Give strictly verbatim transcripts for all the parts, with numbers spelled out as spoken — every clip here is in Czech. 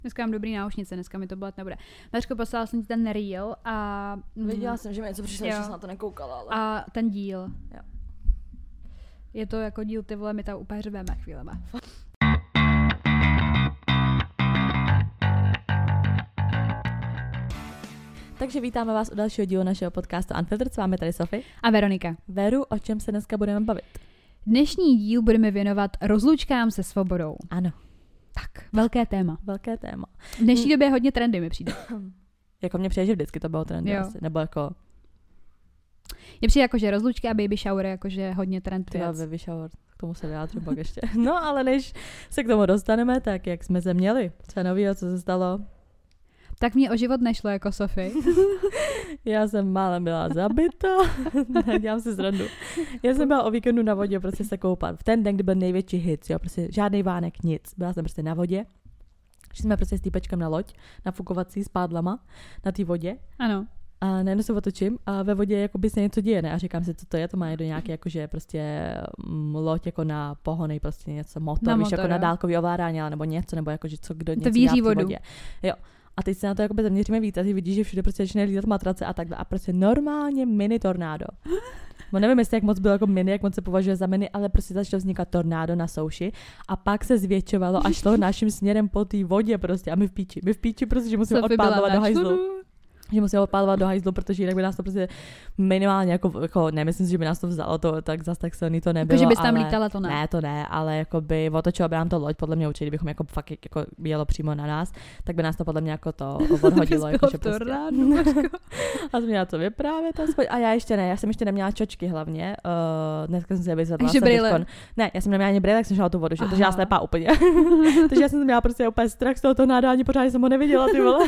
Dneska mám dobrý náušnice, dneska mi to bolet nebude. Mařko, poslala jsem ti ten reel a... Viděla jsem, že mi něco přišlo, že jsem na to nekoukala, ale... A ten díl. Jo. Je to jako díl, ty vole, my tam úplně řveme chvílema. Takže vítáme vás u dalšího dílu našeho podcastu Unfiltered, s vámi tady Sofie. A Veronika. Veru, o čem se dneska budeme bavit? Dnešní díl budeme věnovat rozlučkám se svobodou. Ano. Tak, velké téma. Velké téma. V dnešní době hodně trendy mi přijde. Jako mně přijde, že vždycky to bylo trendy asi, nebo jako... Mně přijde jako, že rozlučky a baby shower jakože hodně trend věc. Baby shower, k tomu se vyjádřím pak ještě. No, ale než se k tomu dostaneme, tak jak jsme se měli, co novýho, co se stalo? Tak mě o život nešlo jako Sofie. Já jsem málem byla zabita. Ne, dělám si srandu. Já jsem byla o víkendu na vodě prostě se koupat. V ten den, kdy byl největší hit, jo, prostě žádný vánek, nic. Byla jsem prostě na vodě. Šli jsme prostě s týpečkem na loď, nafukovací s pádlama na té vodě. Ano. A najednou se otočím a ve vodě jakoby se něco děje, ne? A říkám si, co to je, to má někdo nějaký jakože prostě m, loď jako na pohony, prostě něco, motor, na víš, motor, jako jo. na dálkový ovládání, nebo něco, nebo jakože co, kdo to něco víří dělá v té vodu. vodě. Jo. A teď se na to jakoby zaměříme víc a ty vidíš, že všude prostě začínají lítat matrace a takhle. A prostě normálně mini tornádo. No nevím, jestli jak moc bylo jako mini, jak moc se považuje za mini, ale prostě začalo vznikat tornádo na souši a pak se zvětšovalo a šlo naším směrem po té vodě prostě a my v píči. My v píči prostě, že musíme Sofie odpádlovat byla do na hajzlu. člunu. Že musíme odpálovat do hajzlu, protože jinak by nás to prostě minimálně jako, jako nemyslím si, že by nás to vzalo, to tak zas tak silný to nebylo. Jako, že bys tam ale, lítala, to ne. Ne, to ne, ale jako by otočilo by nám to loď, podle mě určitě, kdybychom jako fakt jako jelo přímo na nás, tak by nás to podle mě jako to odhodilo. jako, že prostě. A jsem měla to vyprávět aspoň. A já ještě ne, já jsem ještě neměla čočky hlavně. Uh, dneska jsem se vyzvedla. Takže brýle. Ne, já jsem neměla ani brýle, jak jsem šla tu vodu, že? Takže já slepá úplně. Takže já jsem měla prostě úplně strach z toho tornáda, ani pořádně jsem ho neviděla, ty vole.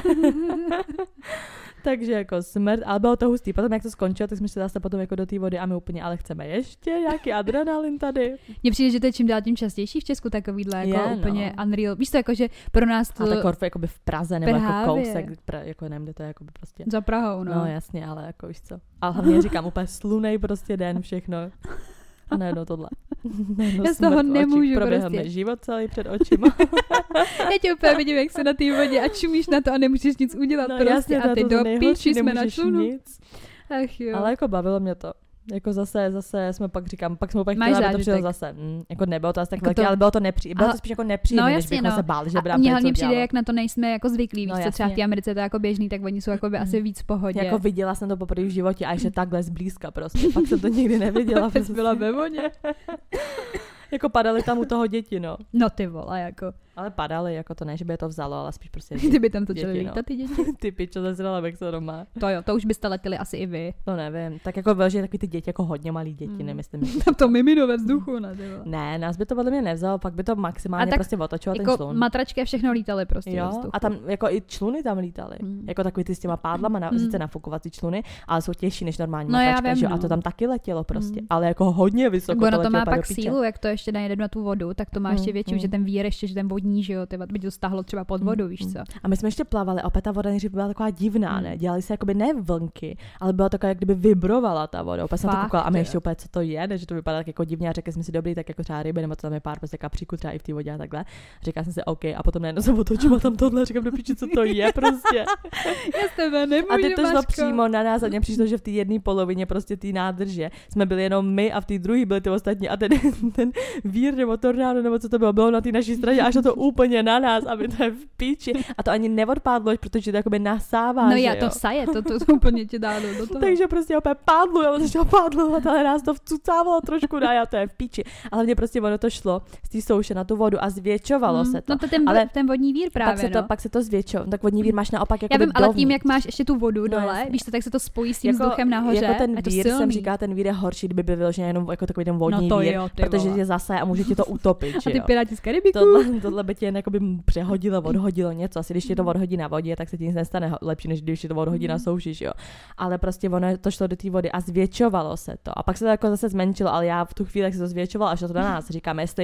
Takže jako smrt, ale bylo to hustý. Potom jak to skončilo, tak jsme šli zase potom jako do té vody a my úplně, ale chceme ještě nějaký adrenalin tady. Mně přijde, že to je čím dál tím častější v Česku takovýhle jako je, úplně no. unreal. Víš to, jako, že pro nás to... A tak korf jako by v Praze, nebo Právě. jako kousek, pra, jako nevím, kde to je jako by prostě. Za Prahou, no. No jasně, ale jako víš co. Ale hlavně říkám úplně slunej prostě den, všechno. A najednou tohle. Najednou Já z toho nemůžu proběhne prostě. život celý před očima. Já tě úplně vidím, jak se na té vodě a čumíš na to a nemůžeš nic udělat No, prostě jasně, a ty to to do nejhorší, píči jsme na nemůžeš člunu. nic. Ach jo. Ale jako bavilo mě to. Jako zase, zase jsme pak říkám, pak jsme úplně Máš chtěli, aby to zážitek. přijelo zase. Mm, jako nebylo to asi tak Jako velké, to- ale bylo to nepříjemné. Bylo A- to spíš jako nepříjemné, no, než jasně, bychom no. se báli, že by A nám mně to hlavně něco přijde, dělalo. jak na to nejsme jako zvyklí, víš No, co, třeba v jasně. té Americe to je jako běžný, tak oni jsou jako by asi víc v pohodě. Jako viděla jsem to poprvé v životě a ještě takhle zblízka prostě. Pak jsem to nikdy neviděla. Jsi byla ve vodě. Jako padaly tam u toho děti, no. No ty vole, jako. Ale padaly, jako to ne, že by je to vzalo, ale spíš prostě Kdyby tam začaly děti, no. lítat ty děti. Ty pičo, zazrala, jak se doma. To jo, to už byste letěli asi i vy. To nevím. Tak jako byl, že takový ty děti, jako hodně malý děti, Mm. nemyslím. že- Tam to mimino ve vzduchu, ne, ty vole. Ne, nás by to podle mě nevzalo, pak by to maximálně A tak prostě otočilo ten Jako člun. matračky a všechno lítaly prostě ve Jo, vzduchu. a tam jako i čluny tam lítaly. Mm. Jako takový ty s těma pádlama, na, Mm. sice nafukovací čluny, ale jsou těžší než normální No já matračka, vím, že jo? no. A to tam taky letělo prostě, Mm. ale jako hodně vysoko. Ono to letělo má úplně do pak píče. sílu, jak to ještě najede na tu vodu, tak to má ještě Mm, větší, mm. že ten vír ještě, že ten vodní, že jo, ty by to stáhlo třeba pod vodu, víš co. A my jsme ještě plavali a opět ta voda nejdřív byla taková divná, Mm. ne? Dělali se jakoby ne vlnky, ale byla taková, jak kdyby vibrovala ta voda. Opět jsem na to Fakt, koukala a my jo. ještě úplně, co to je, ne? Že to vypadá tak jako divně a řekli jsme si dobrý, tak jako třeba ryby, nebo to tam je pár prostě kapříků třeba i v té vodě a takhle. Říkala jsem si OK a potom najednou se otočím a tam tohle, říkám do piči, co to je prostě. Já s tebe nemůžu, A teď to šlo Mařko. přímo na nás a mně přišlo, že v té jedné polovině prostě té nádrže jsme byli jenom my a v té druhé byli ty ostatní a ten, ten vír nebo tornádo nebo co to bylo, bylo na té naší straně až to úplně na nás a my to je v píči. A to ani neodpádlo, protože to jakoby nasává, No že já jo? to saje, to, to, to úplně tě dá do, do toho. Takže prostě opět pádlu, já začala pádlovat, ale nás to vcucávalo trošku, no já to je v píči. Ale mě prostě ono to šlo z té souše na tu vodu a zvětšovalo Mm, se to. No to ten, ale ten vodní vír právě, pak se to, no. pak se to zvětšovalo. Tak vodní vír máš naopak jako Já vím, ale tím, dovnitř. jak máš ještě tu vodu No, dole, jasně. víš to, tak se to spojí s tím jako, vzduchem nahoře. jako ten a to vír silný. jsem říká, ten vír je horší, kdyby byl vyložený jenom jako takový ten vodní No to vír, jo, ty protože vole. tě zase a může ti to utopit, A že ty jo. piráti z Karibiku. Tohle, tohle by tě jen jakoby přehodilo, odhodilo něco. Asi když tě to odhodí na vodě, tak se ti nic nestane lepší, než když tě to odhodí na souši, že jo. Ale prostě ono to šlo do té vody a zvětšovalo se to. A pak se to jako zase zmenšilo, ale já v tu chvíli, jak se to zvětšovalo a šlo to na nás, říkám, jestli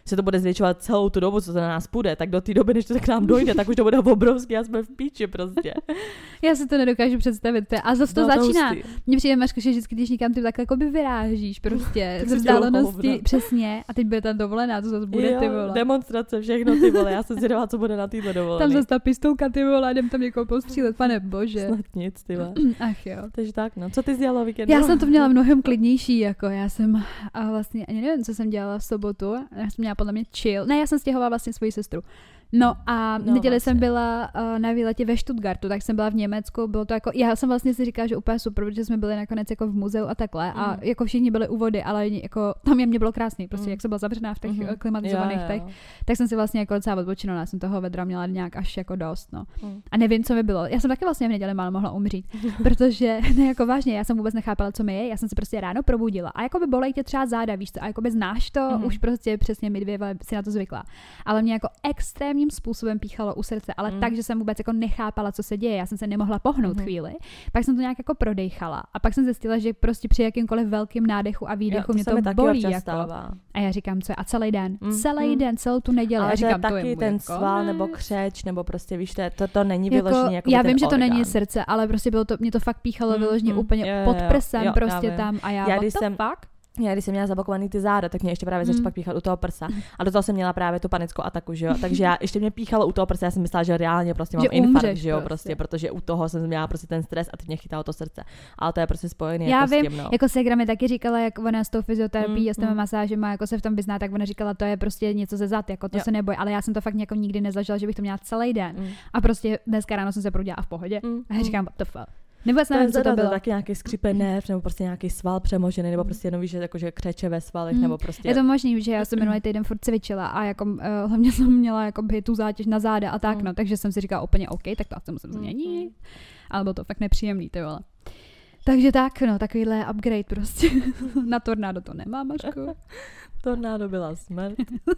se to bude zvětšovat celou tu dobu, co to na nás půjde, tak do té doby, než to k nám dojde, tak už to bude obrovský a jsme v píči prostě. Já si to nedokážu představit. A zase to no, začíná. Mně přijde, Mařko, že vždycky, když někam ty takhle jako by vyrážíš prostě ze vzdálenosti, přesně, a teď bude ta dovolená, to zase bude, jo, ty vole. Demonstrace, všechno, ty vole, já jsem zvědavá, co bude na této dovolené. Tam zase ta pistolka, ty vole, jdem tam někoho postřílet, pane bože. Snad nic, ty vole. Ach jo. Takže tak, no, co ty jsi dělala o víkendu? Já jsem to měla mnohem klidnější, jako já jsem a vlastně ani nevím, co jsem dělala v sobotu, já jsem měla podle mě chill, ne, já jsem stěhovala vlastně svoji sestru. No a no, neděli vlastně. jsem byla uh, na výletě ve Stuttgartu, tak jsem byla v Německu, bylo to jako, já jsem vlastně si říkala, že úplně super, protože jsme byli nakonec jako v muzeu a takhle mm. a jako všichni byli u vody, ale jako tam je mě bylo krásný, prostě mm. jak jsem byla zavřená v těch mm. klimatizovaných těch, tak jsem si vlastně jako docela odpočinula, já jsem toho vedra měla nějak až jako dost, no. Mm. A nevím, co mi bylo. Já jsem taky vlastně v neděli málo mohla umřít, protože ne, jako vážně, já jsem vůbec nechápala, co mi je, já jsem se prostě ráno probudila a jako by bolej tě třeba záda, víš co, a jako by znáš to, mm. už prostě přesně my dvě si na to zvykla. Ale mě jako extrémním způsobem píchalo u srdce, ale mm. tak, že jsem vůbec jako nechápala, co se děje. Já jsem se nemohla pohnout mm. chvíli. Pak jsem to nějak jako prodejchala. A pak jsem zjistila, že prostě při jakýmkoliv velkým nádechu a výdechu jo, to mě to to bolí. Jako. A já říkám, co je? A celý den. Mm. Celý mm. den, celou tu neděli. Ale a říkám, to je taky to je ten jako, sval nebo křeč, nebo prostě víš, to, to, to není vyloženě jako, já vím, že to orgán. není srdce, ale prostě bylo to, mě to fakt píchalo mm, vyloženě mm, úplně jo, pod jo, prsem jo, prostě já tam a já, já what když the jsem, fuck? Já když jsem měla zablokovaný ty záda, tak mě ještě právě začalo mm. pak píchat u toho prsa. A do toho jsem měla právě tu panickou ataku, že jo. Takže já ještě mě píchalo u toho prsa, já jsem myslela, že reálně prostě mám že infarkt, že jo, prostě. prostě, protože u toho jsem měla prostě ten stres a teď mě chytalo to srdce. Ale to je prostě spojený já jako vím, s tím, no. jako Segra mi taky říkala, jak ona s tou fyzioterapií mm, a s těma mm. masážema, jako se v tom vyzná, tak ona říkala, to je prostě něco ze zad, jako to jo. se neboj, ale já jsem to fakt jako nikdy nezažila, že bych to měla celý den. Mm. A prostě dneska ráno jsem se probudila a v pohodě. Mm, a já říkám, what the fuck. Nebo to nevím, co to bylo. Taky nějaký skřípený nebo prostě nějaký sval přemožený, nebo prostě jenom víš, že jakože křeče ve svalech, mm. nebo prostě. Je to možný, že já jsem minulý týden furt cvičila a jako uh, hlavně jsem měla jako by tu zátěž na záda a tak, mm. no, takže jsem si říkala úplně OK, tak to asi musím změnit. Mm. Ale bylo to fakt nepříjemný, ty vole. Takže tak, no, takovýhle upgrade prostě. Na tornádo to nemá, Mařko. Tornádo byla smrt.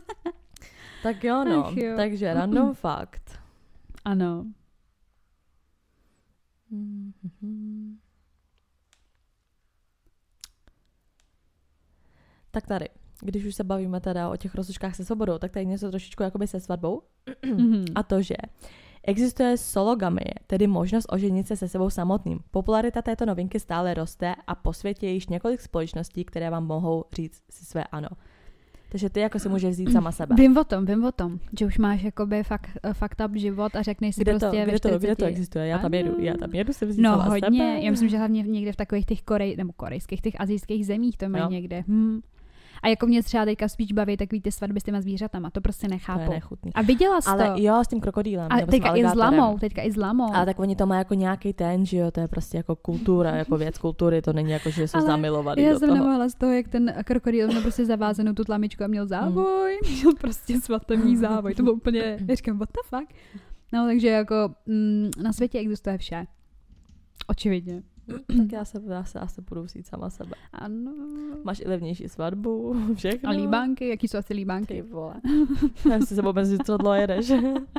Tak jo, no. Ach, jo. Takže random fakt. Ano. Mm-hmm. Tak tady, když už se bavíme teda o těch rozlučkách se svobodou, tak tady něco trošičku jakoby se svatbou. Mm-hmm. A to, že existuje sologamie, tedy možnost oženit se se sebou samotným. Popularita této novinky stále roste a po světě je již několik společností, které vám mohou říct si své ano. Takže ty jako si můžeš vzít sama sebe. Vím o tom, vím o tom, že už máš jakoby fakt, fakt up život a řekneš si kde prostě to, ve kde čtyřiceti. To, kde to existuje? Já tam jedu, já tam jedu si vzít no, sama hodně, sebe. Já myslím, že hlavně někde v takových těch korej, nebo korejských, těch asijských zemích to mají no. někde. Hm. A jako mě třeba teďka spíš baví takový ty svatby s těma zvířatama, to prostě nechápu. To je nechutný. A viděla jsi to? Ale jo, s tím krokodýlem. A teďka i s lamou, teďka i s lamou. Ale tak oni to mají jako nějaký ten, že jo, to je prostě jako kultura, jako věc kultury, to není jako, že jsou zamilovaný já do jsem toho. nemohla z toho, jak ten krokodýl měl prostě zavázanou tu tlamičku a měl závoj, mm. měl prostě svatební závoj, to bylo úplně, já říkám, what the fuck? No, takže jako mm, na světě existuje vše. Očividně. Tak já se, já se asi budu vzít sama sebe. Ano. Máš i levnější svatbu, všechno. A líbánky? Jaký jsou asi líbánky? Ty vole. Já si sebou mezi co dlouho jedeš.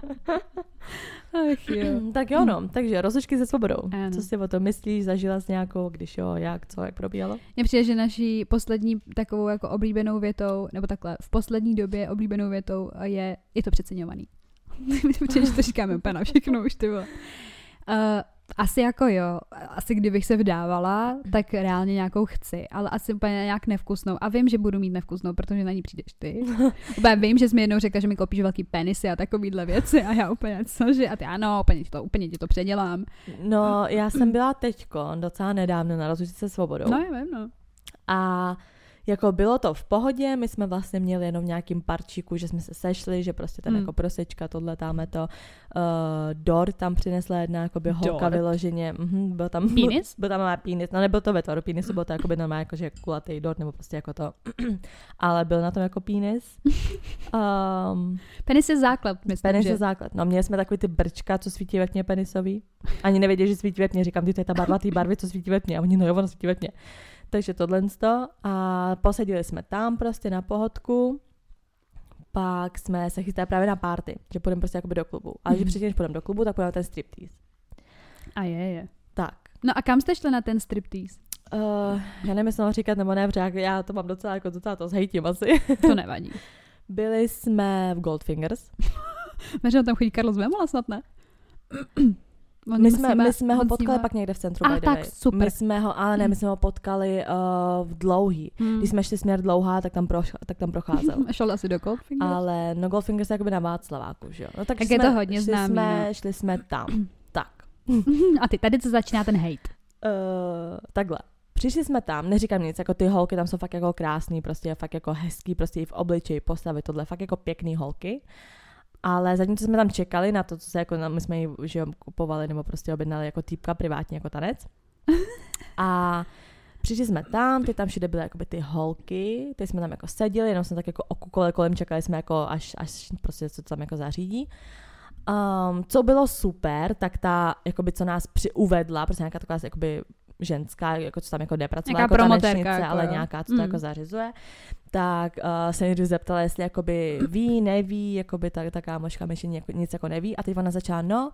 Ach jo. Tak jo no, takže rozlučky se svobodou. Ano. Co si o tom myslíš, zažila jsi nějakou, když jo, jak, co, jak probíhalo? Mně přijde, že naší poslední takovou jako oblíbenou větou, nebo takhle, v poslední době oblíbenou větou je, je to přeceňovaný. Přijde, že to říkáme úplně na všechno už, ty vole. Uh, asi jako jo, asi kdybych se vdávala, tak reálně nějakou chci, ale asi úplně nějak nevkusnou. A vím, že budu mít nevkusnou, protože na ní přijdeš ty. Úplně vím, že jsi mi jednou řekla, že mi koupíš velký penisy a takovýhle věci a já úplně cože, a ty ano, úplně ti to, úplně ti to předělám. No, já jsem byla teďko, docela nedávno na rozlučce se svobodou. No, já vím, no. A jako bylo to v pohodě, my jsme vlastně měli jenom nějakým parčíku, že jsme se sešli, že prostě ten mm. jako prosečka, tohle táme to. Uh, Dort tam přinesla jedna jakoby holka vyloženě. Mm-hmm, byl tam Penis? Byl, byl tam má penis, no nebyl to ve tvaru penisu, byl to jakoby normálně jako, že kulatý dort, nebo prostě jako to. Ale byl na tom jako penis. Um, penis je základ, myslím, Penis že. je základ. No měli jsme takový ty brčka, co svítí ve tmě penisový. Ani nevěděli, že svítí ve tmě. Říkám, ty to je ta barva, ty barvy, co svítí ve tmě. A oni, no jo, ono svítí ve tmě. Takže tohle a posedili jsme tam prostě na pohodku, pak jsme se chystali právě na party, že půjdeme prostě jakoby do klubu. Ale mm. že předtím, než půjdeme do klubu, tak půjdeme na ten striptease. A je, je. Tak. No a kam jste šli na ten striptease? Uh, já nevím, jestli mám říkat nebo ne, protože já to mám docela, jako docela to zhejtím asi. To nevadí. Byli jsme v Goldfingers. Možná tam chodí Carlos Vémola snad, ne? My jsme, my jsme ho potkali pak někde v centru. Ah, tak, super. My jsme ho, ale ne, my jsme ho potkali uh, v Dlouhý. Hmm. Když jsme šli směr Dlouhá, tak tam, proš, tak tam procházel. Šel asi do Goldfingers? Ale no Goldfingers je jakoby na Václaváku, že jo. No, tak tak jsme, je to hodně šli známý. Jsme, šli jsme tam. Tak. A ty, tady co začíná ten hate. Uh, takhle. Přišli jsme tam, neříkám nic, jako ty holky tam jsou fakt jako krásný, prostě fakt jako hezký, prostě i v obličeji, postavy, tohle, fakt jako pěkný holky. Ale zatímco jsme tam čekali na to, co se jako, my jsme ji že jo, kupovali nebo prostě objednali jako týpka privátně jako tanec. A přišli jsme tam, ty tam všude byly jakoby ty holky, ty jsme tam jako seděli, jenom jsme tak jako okukovali kolem, čekali jsme jako až, až prostě co tam jako zařídí. Um, co bylo super, tak ta, jakoby, co nás přiuvedla, prostě nějaká taková jakoby ženská, jako co tam jako nepracovala jako tanečnice, jako, ale jo. Nějaká, co to mm. jako zařizuje, tak uh, se někdy zeptala, jestli jakoby ví, neví, jakoby ta, ta kámoška mi nic jako neví a teď ona začala, no,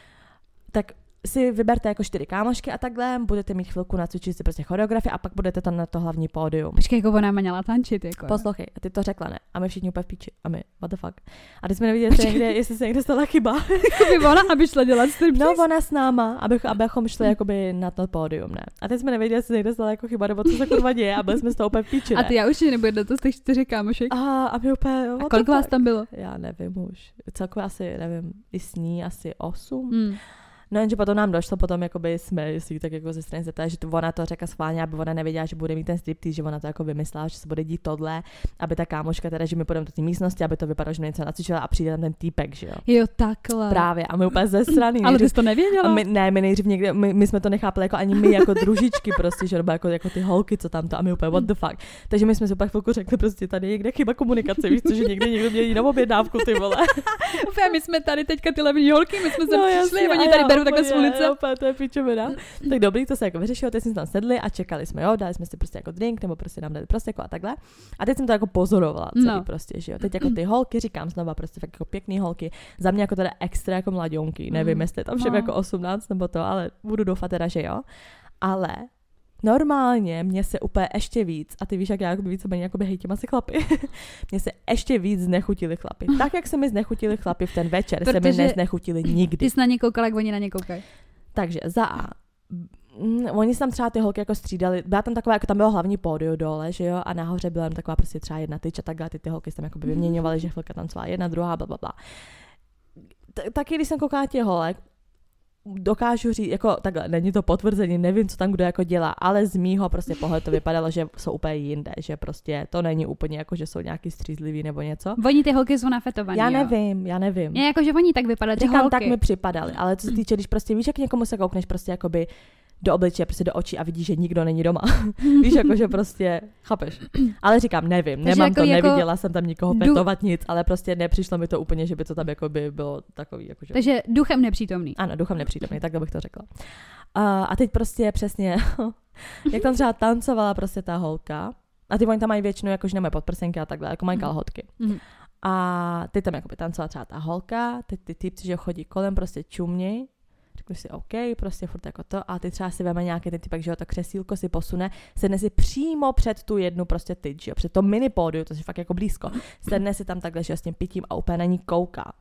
tak si vyberte jako čtyři kámošky a takhle, budete mít chvilku nacvičit si prostě choreografii a pak budete to na to hlavní pódium. Počkej, jako ona měla tančit, jako. Poslouchej, ty to řekla, ne? A my všichni úplně v píči. A my, what the fuck. A teď jsme neviděli, jestli, někde, jestli se někde stala chyba. Jakoby ona, aby šla dělat striptease. No, ona s náma, abych, abychom šli jakoby na to pódium, ne? A teď jsme nevěděli, jestli se někde stala jako chyba, nebo co se kurva děje a byli jsme z toho úplně v píči, ne? A ty já určitě nebudu do toho z těch čtyři kámošek. A, a my úplně, a kolik vás tam bylo? Já nevím už. Celkově asi, nevím, i s ní asi osm. Hmm. No jenže potom nám došlo, potom jakoby jsme si tak jako ze strany zeptali, že to ona to řekla schválně, aby ona nevěděla, že bude mít ten striptease, že ona to jako vymyslela, že se bude dít tohle, aby ta kámoška teda, že my půjdeme do té místnosti, aby to vypadalo, že mě něco nacvičila a přijde tam ten týpek, že jo. Jo, takhle. Právě a my úplně ze strany. Ale ty jsi to nevěděla? My, ne, my nejdřív někde, my, my, jsme to nechápali jako ani my jako družičky prostě, že nebo jako, jako ty holky, co tam to a my úplně what the fuck. Takže my jsme si pak chvilku řekli prostě tady někde chyba komunikace, víš co, že někde někdo měl jinou objednávku, ty vole. My jsme tady teďka ty levní holky, my jsme se no, přišli, oni tady berou takhle z ulice. To je pičovina. Tak dobrý, to se jako vyřešilo, teď jsme tam sedli a čekali jsme, jo, dali jsme si prostě jako drink, nebo prostě nám dali prostě jako a takhle. A teď jsem to jako pozorovala celý no. prostě, že jo. Teď jako ty holky, říkám znova, prostě fakt jako pěkný holky, za mě jako teda extra jako mladionky, nevím, jestli tam všem no. jako osmnáct nebo to, ale budu doufat teda, že jo. Ale normálně mě se úplně ještě víc, a ty víš, jak já víceméně jakoby hejtím asi chlapy, mě se ještě víc znechutili chlapy. Tak, jak se mi znechutili chlapy v ten večer, protože se mi neznechutili nikdy. Ty jsi na ně koukala, jak oni na ně koukají. Takže za A. Mm, oni se tam třeba ty holky jako střídali, byla tam taková, jako tam bylo hlavní pódium dole, že jo, a nahoře byla tam taková prostě třeba jedna tyč a takhle ty, ty holky se tam jako by vyměňovaly, že chvilka tancovala jedna, druhá, blablabla. Taky když jsem koukala na těch holek, dokážu říct, jako takhle, není to potvrzení, nevím, co tam kdo jako dělá, ale z mýho prostě pohledu to vypadalo, že jsou úplně jinde, že prostě to není úplně jako, že jsou nějaký střízliví nebo něco. Oni ty holky jsou nafetovaný, Já jo? nevím, já nevím. Je jako, že oni tak vypadají, ty Říkám, holky. tak mi připadaly, ale co se týče, když prostě víš, jak někomu se koukneš prostě jakoby do obličeje, prostě do očí a vidíš, že nikdo není doma. Víš, jako, že prostě, chápeš. Ale říkám, nevím, takže nemám jako, to, jako neviděla jsem tam nikoho petovat du... nic, ale prostě nepřišlo mi to úplně, že by to tam jako by bylo takový. Jako, že... Takže duchem nepřítomný. Ano, duchem nepřítomný, takhle bych to řekla. A, a teď prostě přesně, jak tam třeba tancovala prostě ta holka, a ty oni tam mají většinou, jakože nemají podprsenky a takhle, jako mají kalhotky. Mm. A teď tam jakoby tancovala třeba ta holka, teď ty typci, že chodí kolem, prostě čuměj. Řeknu si OK, prostě furt jako to a ty třeba si veme nějaký ten typek, že jo, to křesílko si posune, sedne si přímo před tu jednu prostě tyč, jo, před to mini pódium, to je fakt jako blízko, sedne si tam takhle, že jo, s tím pitím a úplně na ní kouká.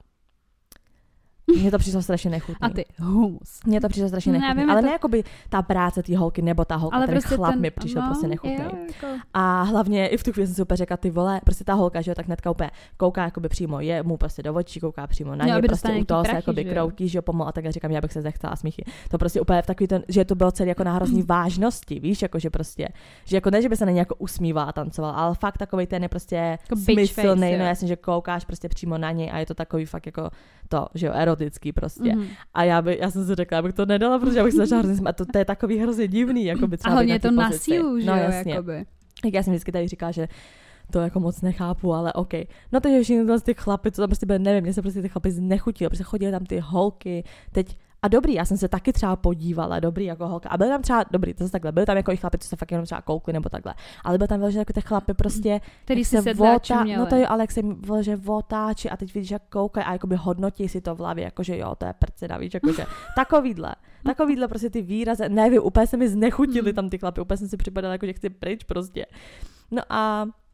Mně to přišlo strašně nechutný. A ty humus. Mně to přišlo strašně nechutný, nevím, ale to... ne jakoby ta práce té holky nebo ta holka, ale ten prostě chlap ten... mi přišel no, prostě nechutný. Jo, jako... A hlavně i v tu chvíli jsem si úplně řekla, ty vole, prostě ta holka, že jo, tak hnedka úplně kouká jakoby přímo, je mu prostě do očí, kouká přímo na něj, prostě u toho se jakoby kroutí, že jo, pomalu a tak říkám, já bych se zechcela smíchy. To prostě úplně v takový ten, že to bylo celý jako na hrozný vážnosti, víš, jako že prostě, že jako ne, že by se na ně jako usmívala a tancovala, ale fakt takový ten je prostě jako smyslný, no jasně, že koukáš prostě přímo na něj a je to takový fakt jako to, že jo, erotický prostě. Mm. A já, by, já jsem si řekla, abych to nedala, protože já bych se začala hrozně smát. To, to je takový hrozně divný, jako by třeba. A hlavně je to na sílu, že no, jo, jasně. jakoby. Jak já jsem vždycky tady říkala, že to jako moc nechápu, ale OK. No takže všichni ty chlapy, co tam prostě byly, nevím, mě se prostě ty chlapy znechutili, prostě chodili tam ty holky, teď a dobrý, já jsem se taky třeba podívala, dobrý jako holka. A byly tam třeba, dobrý, to se takhle, byly tam jako i chlapi, co se fakt jenom třeba koukli nebo takhle. Ale byly tam vyložené jako ty chlapy prostě, který si se votá, no to je, ale jak se jim vyložené votáči a teď vidíš, jak koukají a jakoby hodnotí si to v hlavě, jakože jo, to je prcina, víš, jakože takovýhle. Takovýhle prostě ty výrazy, nevím, úplně se mi znechutili tam ty chlapy, úplně jsem si připadala, jako že chci pryč prostě. No a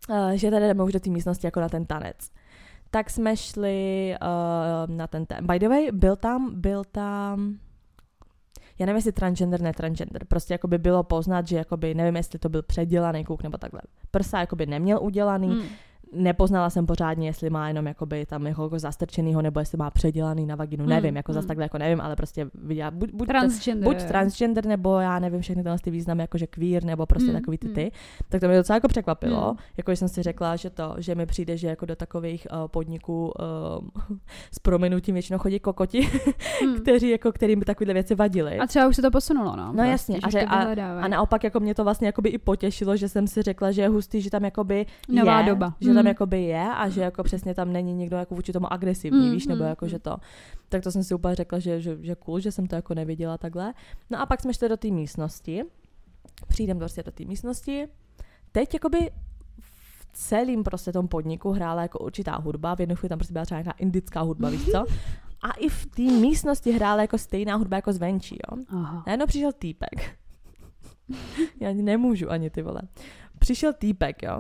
uh, že tady jdeme už do té místnosti jako na ten tanec. Tak jsme šli uh, na ten ten. By the way, byl tam, byl tam, já nevím, jestli transgender, ne transgender, prostě jakoby bylo poznat, že jakoby, nevím, jestli to byl předělaný kluk nebo takhle. Prsa jakoby neměl udělaný, hmm. Nepoznala jsem pořádně, jestli má jenom jakoby tam jako, jako zastrčenýho, nebo jestli má předělaný na vaginu, nevím, mm, jako mm. zase takhle jako nevím, ale prostě viděla, buď, buď, transgender, buď transgender, nebo já nevím všechny tyhle ty významy, jakože queer, nebo prostě mm, takový ty ty. Mm. Tak to mě docela jako překvapilo, mm. jako jsem si řekla, že to, že mi přijde, že jako do takových uh, podniků uh, s prominutím většinou chodí kokoti, mm. kteří jako, kterým by takovýhle věci vadily. A třeba už se to posunulo, no. No prostě, jasně, a, že, a, a naopak jako mě to vlastně jakoby i potěšilo, že jsem si řekla, že je hustý, že tam jakoby nová je, doba. že tam jakoby je a že jako přesně tam není někdo jako vůči tomu agresivní, mm, víš, nebo mm, jako, že to. Tak to jsem si úplně řekla, že, že, že cool, že jsem to jako neviděla takhle. No a pak jsme šli do té místnosti. Přijdem prostě do té místnosti. Teď jakoby v celém prostě tom podniku hrála jako určitá hudba, v jednu chvíli tam prostě byla třeba nějaká indická hudba, víš co? A i v té místnosti hrála jako stejná hudba jako zvenčí, jo. Aha. Najednou přišel týpek. Já ani nemůžu ani, ty vole. Přišel týpek, jo.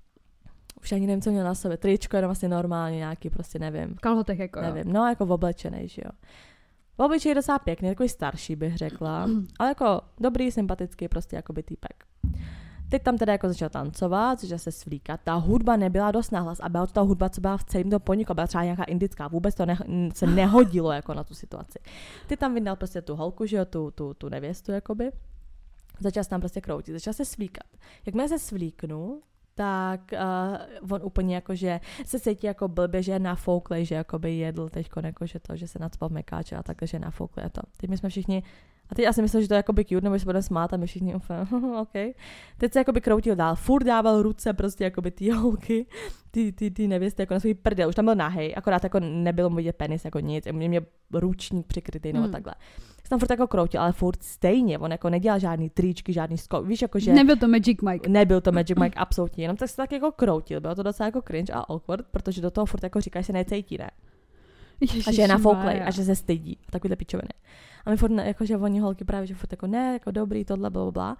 Už ani nevím, co měl na sobě. Tričko jenom vlastně normálně nějaký, prostě nevím. Kalhotech jako nevím, jo. No jako oblečenej, že jo. V obličeji je docela pěkný, takový starší bych řekla. Ale jako dobrý, sympatický, prostě jakoby týpek. Teď tam teda jako začal tancovat, začal se svlíkat. Ta hudba nebyla dost nahlas a byla to ta hudba, co byla v celém tom podniku. Byla třeba nějaká indická, vůbec to ne, se nehodilo jako na tu situaci. Teď tam vydal prostě tu holku, že jo, tu, tu, tu nevěstu jakoby. Začal se tam prostě kroutit, začal se svlíkat. Jakmile se svlíknu, tak uh, on úplně jako, že se cítí jako blbě, že je nafouklej, že jakoby jedl teďko jako, že to, že se nadspal v mekáče a takhle, že je nafouklej a to. Teď my jsme všichni, a teď asi myslel, že to je jakoby cute, nebo že se budeme smát a my všichni úplně, OK. Teď se jakoby kroutil dál, furt dával ruce prostě jakoby ty holky, ty, ty, ty nevěsty jako na svůj prdel, už tam byl nahej, akorát jako nebylo mu vidět penis jako nic, mě, mě ručník přikrytý nebo hmm. takhle. Tam furt jako kroutil, ale furt stejně, on jako nedělal žádný tričky, žádný skok, víš, jako že... Nebyl to Magic Mike. Nebyl to Magic Mike, absolutně, jenom tak se tak jako kroutil, bylo to docela jako cringe a awkward, protože do toho furt jako říká, že se necítí, ne? Ježiši, a že je nafouklej a že se stydí, takovýhle pičoviny. A my furt, jako že oni holky právě, že furt jako ne, jako dobrý, tohle, blablabla.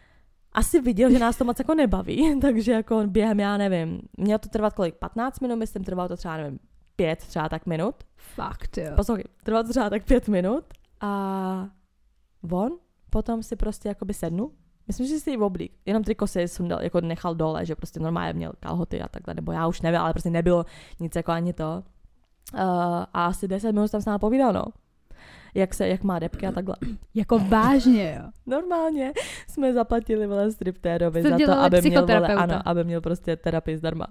Asi viděl, že nás to moc jako nebaví, takže jako během, já nevím, mělo to trvat kolik, patnáct minut, myslím, trvalo to třeba, nevím, pět třeba tak minut. Fakt, jo. Poslouchej, trvalo to třeba tak pět minut. A on potom si prostě jakoby sednul. Myslím, že si ji oblík. Jenom triko si sundal, jako nechal dole, že prostě normálně měl kalhoty a takhle, nebo já už nevím, ale prostě nebylo nic jako ani to. Uh, a asi deset minut tam s námi povídal, no. Jak se, jak má debky a takhle. Jako vážně, jo. Normálně jsme zaplatili, vole, striptérovi za to, aby měl, vole, ano, aby měl prostě terapii zdarma.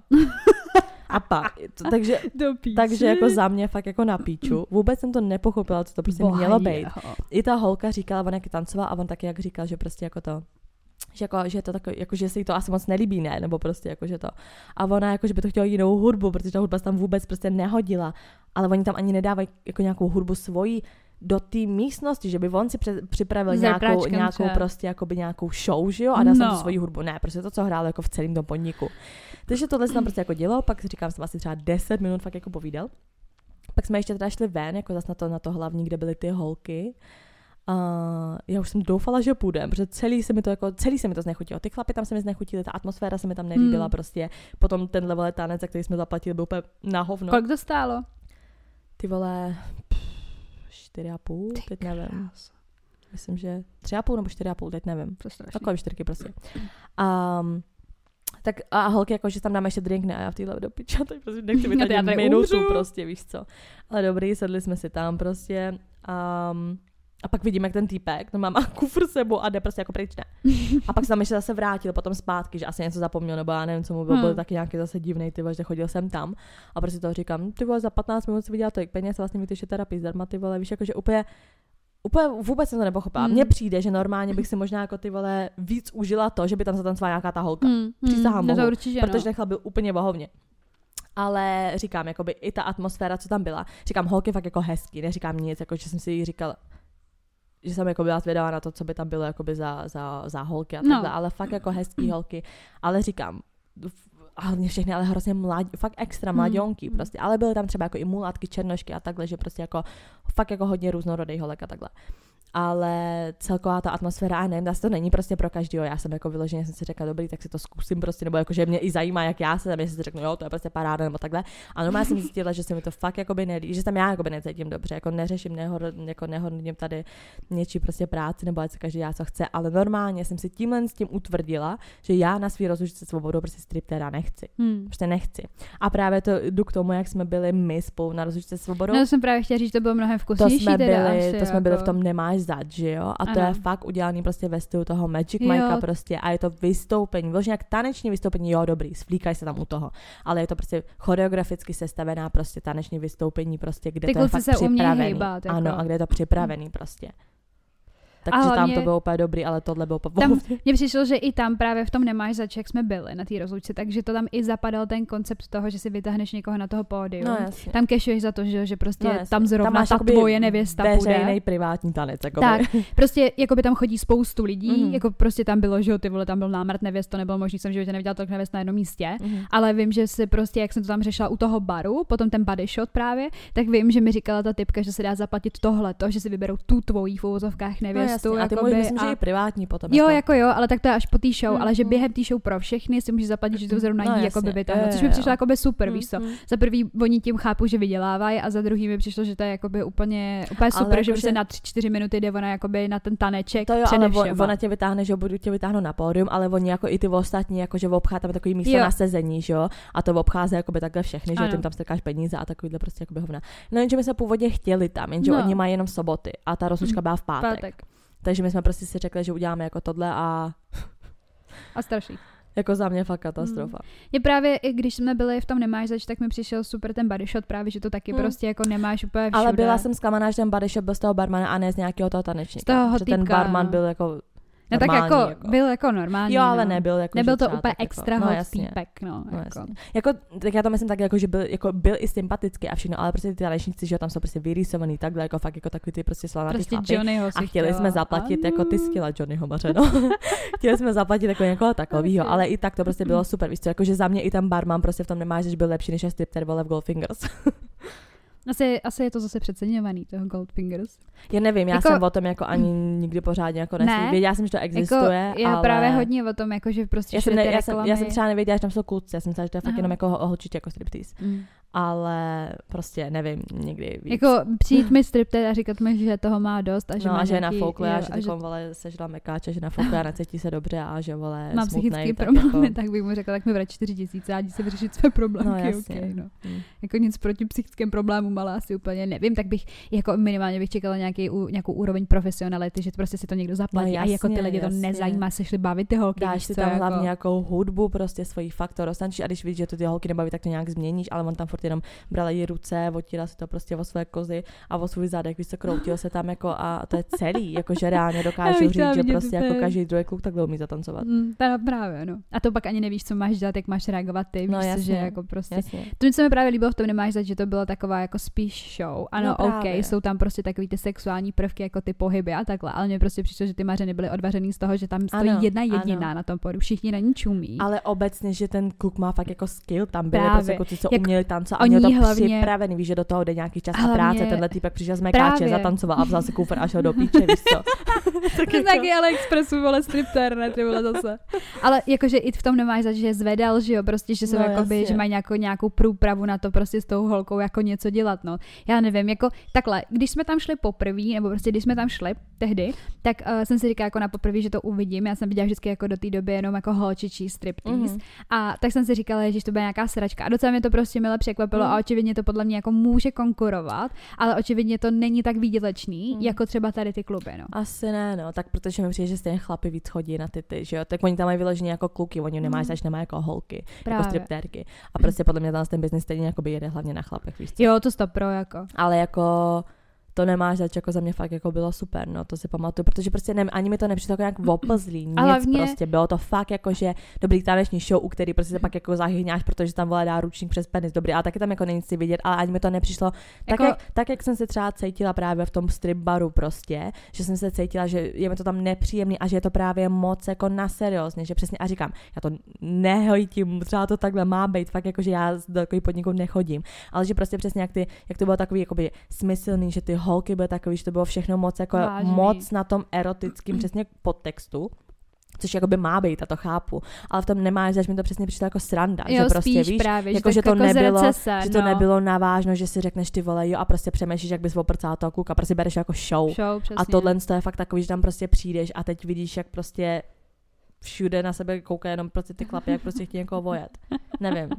A pak, takže, takže jako za mě fakt jako na píču. Vůbec jsem to nepochopila, co to prostě Boha mělo být. Jeho. I ta holka říkala, on jak tancoval a on taky jak říkal, že prostě jako to, že, jako, že, to takový, jako, že se jí to asi moc nelíbí, ne? Nebo prostě jako, že to. A ona jako, že by to chtěla jinou hudbu, protože ta hudba se tam vůbec prostě nehodila. Ale oni tam ani nedávají jako nějakou hudbu svoji do té místnosti, že by on si připravil nějakou, nějakou prostě jakoby nějakou show, že jo, a dal no. jsem tu svoji hudbu. Ne, prostě to, co hrálo jako v celém tom podniku. Takže tohle se tam prostě jako dělo, pak říkám, jsem asi třeba deset minut fakt jako povídal. Pak jsme ještě teda šli ven, jako zase na to, na to hlavní, kde byly ty holky. Uh, já už jsem doufala, že půjdem, protože celý se mi to jako, celý se mi to znechutilo. Ty chlapy tam se mi znechutili, ta atmosféra se mi tam nelíbila hmm. prostě. Potom ten level tanec, za který jsme zaplatili, byl úplně na hovno. Kolik to stálo? Ty vole, čtyři a půl, Ty teď nevím. Krás. Myslím, že tři a půl nebo čtyři a půl, teď nevím. Takové čtyřky prostě. Um, tak a holky, jako, že tam dáme ještě drink, ne, a já v téhle do piča, tak prostě nechci být ani minutu umřu. Prostě, víš co. Ale dobrý, sedli jsme si tam prostě. Um, a pak vidím, jak ten týpek, no má kufr sebou a jde prostě jako pryč, ne. A pak se tam ještě zase vrátil potom zpátky, že asi něco zapomněl, nebo já nevím, co mu bylo, hmm. byl taky nějaký zase divnej, ty vole, že chodil jsem tam. A prostě to říkám, ty vole, za patnáct minut si viděla tolik peněz, vlastně mi ty ještě terapii zdarma, ty vole, víš, jakože úplně, úplně vůbec jsem to nepochopila. Hmm. Mně přijde, že normálně bych si možná jako ty vole víc užila to, že by tam zatancovala nějaká ta holka. Hmm. Přísahám hmm. bohu, určitě, protože no. ten chlap byl úplně bohovně. Ale říkám, jakoby i ta atmosféra, co tam byla, říkám, holky fakt jako hezký, neříkám nic, jako že jsem si jí říkala, že jsem jako byla zvědavá na to, co by tam bylo jakoby za, za, za holky a takhle, no. Ale fakt jako hezký holky, ale říkám, hlavně všechny, ale hrozně mladí, fakt extra mladionky hmm. prostě, ale byly tam třeba jako i mulátky, černošky a takhle, že prostě jako fakt jako hodně různorodej holek a takhle. ale celková ta atmosféra, a nevím, zase to není prostě pro každého. Já jsem jako vyloženě jsem si řekla, dobrý, tak si to zkusím prostě, nebo jako, že mě i zajímá, jak já se tam, jestli si řeknu, jo, to je prostě paráda, nebo takhle. A normálně jsem zjistila, že se mi to fakt jakoby nelíbí, že tam já jakoby necítím dobře, jako neřeším, nehod, jako nehodnotím tady něčí prostě práci, nebo ať se každý já co chce, ale normálně jsem si tímhle s tím utvrdila, že já na svý rozlučce svobodou prostě striptéra nechci. Hmm. Prostě nechci. A právě to jdu k tomu, jak jsme byli my spolu na rozlučce svobodou. No, jsem právě chtěla říct, to bylo mnohem vkusnější. To jsme byli, teda asi, to jsme jako... byli v tom Nemáš zač, že jo? A to ano. Je fakt udělaný prostě ve stylu toho Magic Mikea prostě a je to vystoupení, vlastně jak taneční vystoupení, jo, dobrý, svlíkaj se tam u toho, ale je to prostě choreograficky sestavená prostě taneční vystoupení prostě, kde ty to je fakt se připravený. Hejbat, jako. Ano, a kde je to připravený prostě. Takže tam to bylo úplně dobrý, ale tohle bylo tam, mně přišlo, že i tam právě v tom Nemáš zač, jak jsme byli na té rozlučce, takže to tam i zapadal ten koncept toho, že si vytáhneš někoho na toho pódiu. No, tam kešuješ za to, že, že prostě no, tam zrovna tam ta tvoje nevěsta půjde. Veřejnej privátní tanec. Jakoby. Tak, prostě jakoby tam chodí spoustu lidí, mm. jako prostě tam bylo, že jo, ty vole, tam byl námrt nevěst, to nebylo možný, jsem v životě neviděla tolik nevěst na jednom místě, mm. ale vím, že si prostě, jak jsem to tam řešila u toho baru, potom ten body shot právě, tak vím, že mi říkala ta typka, že se dá zaplatit tohleto, že si vyberou tu tvojí v uvozovkách nevěstu. No, myslím, že je privátní potom. Jo, jako jo, ale tak to je až po té show, mm, ale že během té show pro všechny si můžeš zaplatit, že to zrovna no, jí jako by vytáhnout, což mi přišlo jako by super, mm, víš co. Mm. Za prvý oni tím chápu, že vydělávají a za druhý mi přišlo, že to je jako by úplně, úplně super, že se na tři čtyři minuty jde ona jako by na ten taneček. To jo, ale on, ona tě vytáhne, že budu tě vytáhnout na pódium, ale oni jako i ty ostatní, jako že obchází tam takový místo jo. na sezení, že jo, a to obchází jako by takhle všechny, že tím tam strkáš peníze a takovýhle prostě jako by hovna. No jenže my jsme původně chtěli tam, jenže no. oni mají jenom soboty a ta rozlučka byla v pátek. pátek. Takže my jsme prostě si řekli, že uděláme jako tohle a... A strašný. Jako za mě fakt katastrofa. Hmm. Je právě, i když jsme byli v tom Nemáš zač, tak mi přišel super ten body shot právě, že to taky hmm. prostě jako nemáš úplně všude. Ale byla jsem zklamaná, že ten body shot byl z toho barmana a ne z nějakého toho tanečníka. Z toho týpka, ten barman byl jako... No tak jako, jako byl jako normální. Jo, ale no. nebyl jako nebyl to úplně jako, extra no, hot týpek, no. no jako. jako. Tak já to myslím tak, jako, že byl, jako, byl i sympatický a všechno, ale prostě ty tanečníci, že tam jsou prostě vyrýsovaný takhle, jako fakt jako takový ty prostě slavnatý prostě chlapy. A chtěli chtěla. jsme zaplatit, jako ty skila Johnnyho Mařeno. Chtěli jsme zaplatit jako někoho takovýho, ale i tak to prostě bylo super, víš co, jako, že za mě i ten barman prostě v tom Nemáš, že byl lepší než je stripter vole v Goldfingers. Asi, asi je to zase přeceňovaný, toho Goldfingers. Já nevím, já jako, jsem o tom jako ani nikdy pořádně jako nesmím. Ne, věděla jsem, že to existuje, jako, já ale... právě hodně o tom, jako, že prostě já jsem, ne, já, jsem, já jsem třeba nevěděla, že tam jsou kluci, já jsem myslela, že to je fakt Aha. jenom jako holčičí jako striptease. Mm. Ale prostě nevím, nikdy víc. Jako přijít mi striptease a říkat mi, že toho má dost a že no, má a že je nějaký, nafoukle a že a že... vole sežila mekáče, že nafoukle a necítí se dobře a že vole mám smutnej, psychický tak problémy, jako... tak bych mu řekla, tak mi vrať čtyři tisíce a jdi si vyřešit své problémky. No, jasně. Okay, no. mm. Jako nic proti psychickým problémům, ale asi úplně nevím, tak bych jako minimálně bych čekala nějaký, nějakou úroveň profesionality, že prostě si to někdo zaplatí no, jasně, a jako ty lidi to nezajímá, se šli bavit ty holky. Dáš si tam jako... hlavně nějakou hudbu, prostě svojí faktor, dostaneš a když víš, že to ty holky nebaví, tak to nějak změníš, ale on tam furt jenom bral jí ruce, otíral si to prostě o své kozy a o svůj zadek, víš co, kroutil se tam jako a to je celý, jakože reálně dokážu říct, že prostě jako každý druhý kluk takhle umí zatancovat. Mm, právě, no. A to pak ani nevíš, co máš dělat, jak máš reagovat ty, víš, no, jasně, že jako prostě. Jasně. To mi se mi právě líbilo v tom Nemáš zač, že to byla taková jako spíš show. Ano, no, OK, jsou tam prostě takový ty sexuální prvky, jako ty pohyby a takhle, ale mně prostě přišlo, že ty mařeny byly odvařený z toho, že tam stojí ano, jedna jediná ano. na tom podu, všichni na ní čumí. Ale obecně, že ten kluk má fakt jako skill, tam byly prostě kluci, co jak uměli tancovat a měl to hlavně... připravený, víš, že do toho jde nějaký čas hlavně... a práce, tenhle týpek přišel z mekáče, zatancoval a vzal si kufr a šel do píče, víš co. Tak jako... taky AliExpressu, vole, stripter, ne, ty vole zase. Ale jakože i v tom Nemáš zač, že zvedal, že jo, prostě, že jsou no, jakoby, že mají nějakou, nějakou průpravu na to prostě s tou holkou jako něco dělat, no. Já nevím, jako takhle, když jsme tam šli poprvé, nebo prostě když jsme tam šli tehdy, tak uh, jsem si říkala jako na poprvé, že to uvidím. Já jsem viděla vždycky jako do té doby jenom jako holčičí striptease. Mm. A tak jsem si říkala, že to bude nějaká sračka. A docela mě to prostě mile překvapilo mm. a očividně to podle mě jako může konkurovat, ale očividně to není tak výdělečný, mm. jako třeba tady ty kluby, no. Asi ne, no, tak protože mi přijde, že stejně chlapi víc chodí na ty ty, že jo. Tak oni tam mají vyloženě jako kluky, oni nemáš mm. zač nemají jako holky, Právě. jako striptérky. A prostě podle mě tam ten biznis stejně jako by jede hlavně na chlapech, víš co? Jo, to stop pro jako. Ale jako to Nemáš zač, jako za mě fakt jako bylo super, no, to si pamatuju, protože prostě ne, ani mi to nepřišlo jako nějak oplzlý, nic hlavně... prostě, bylo to fakt jako, že dobrý taneční show, u který prostě se pak jako zahyhňáš, protože tam vole dá ručník přes penis, dobrý, ale taky tam jako není si vidět, ale ani mi to nepřišlo, tak, jako... jak, tak jak jsem se třeba cítila právě v tom strip baru prostě, že jsem se cítila, že je mi to tam nepříjemný a že je to právě moc jako na seriózně, že přesně, a říkám, já to nehojím, třeba to takhle má být, fakt jako, že já do takových podniků nechodím, ale že prostě přesně jak, ty, jak to bylo takový jakoby smyslný, že ty holky byly takový, že to bylo všechno moc jako Vážný. moc na tom erotickým přesně podtextu. Což jakoby má být, a to chápu. Ale v tom nemá, že mi to přesně přišlo jako sranda. Jo, že prostě spíš víš, právě, jako, že, že to jako nebylo, recese, že to no. nebylo navážno, že si řekneš ty vole, jo, a prostě přemýšlíš, jak bys oprcala toho kluka, prostě bereš jako show. show a tohle to je fakt takový, že tam prostě přijdeš a teď vidíš, jak prostě všude na sebe koukají jenom prostě ty chlapy, jak prostě chtějí někoho vojet. Nevím.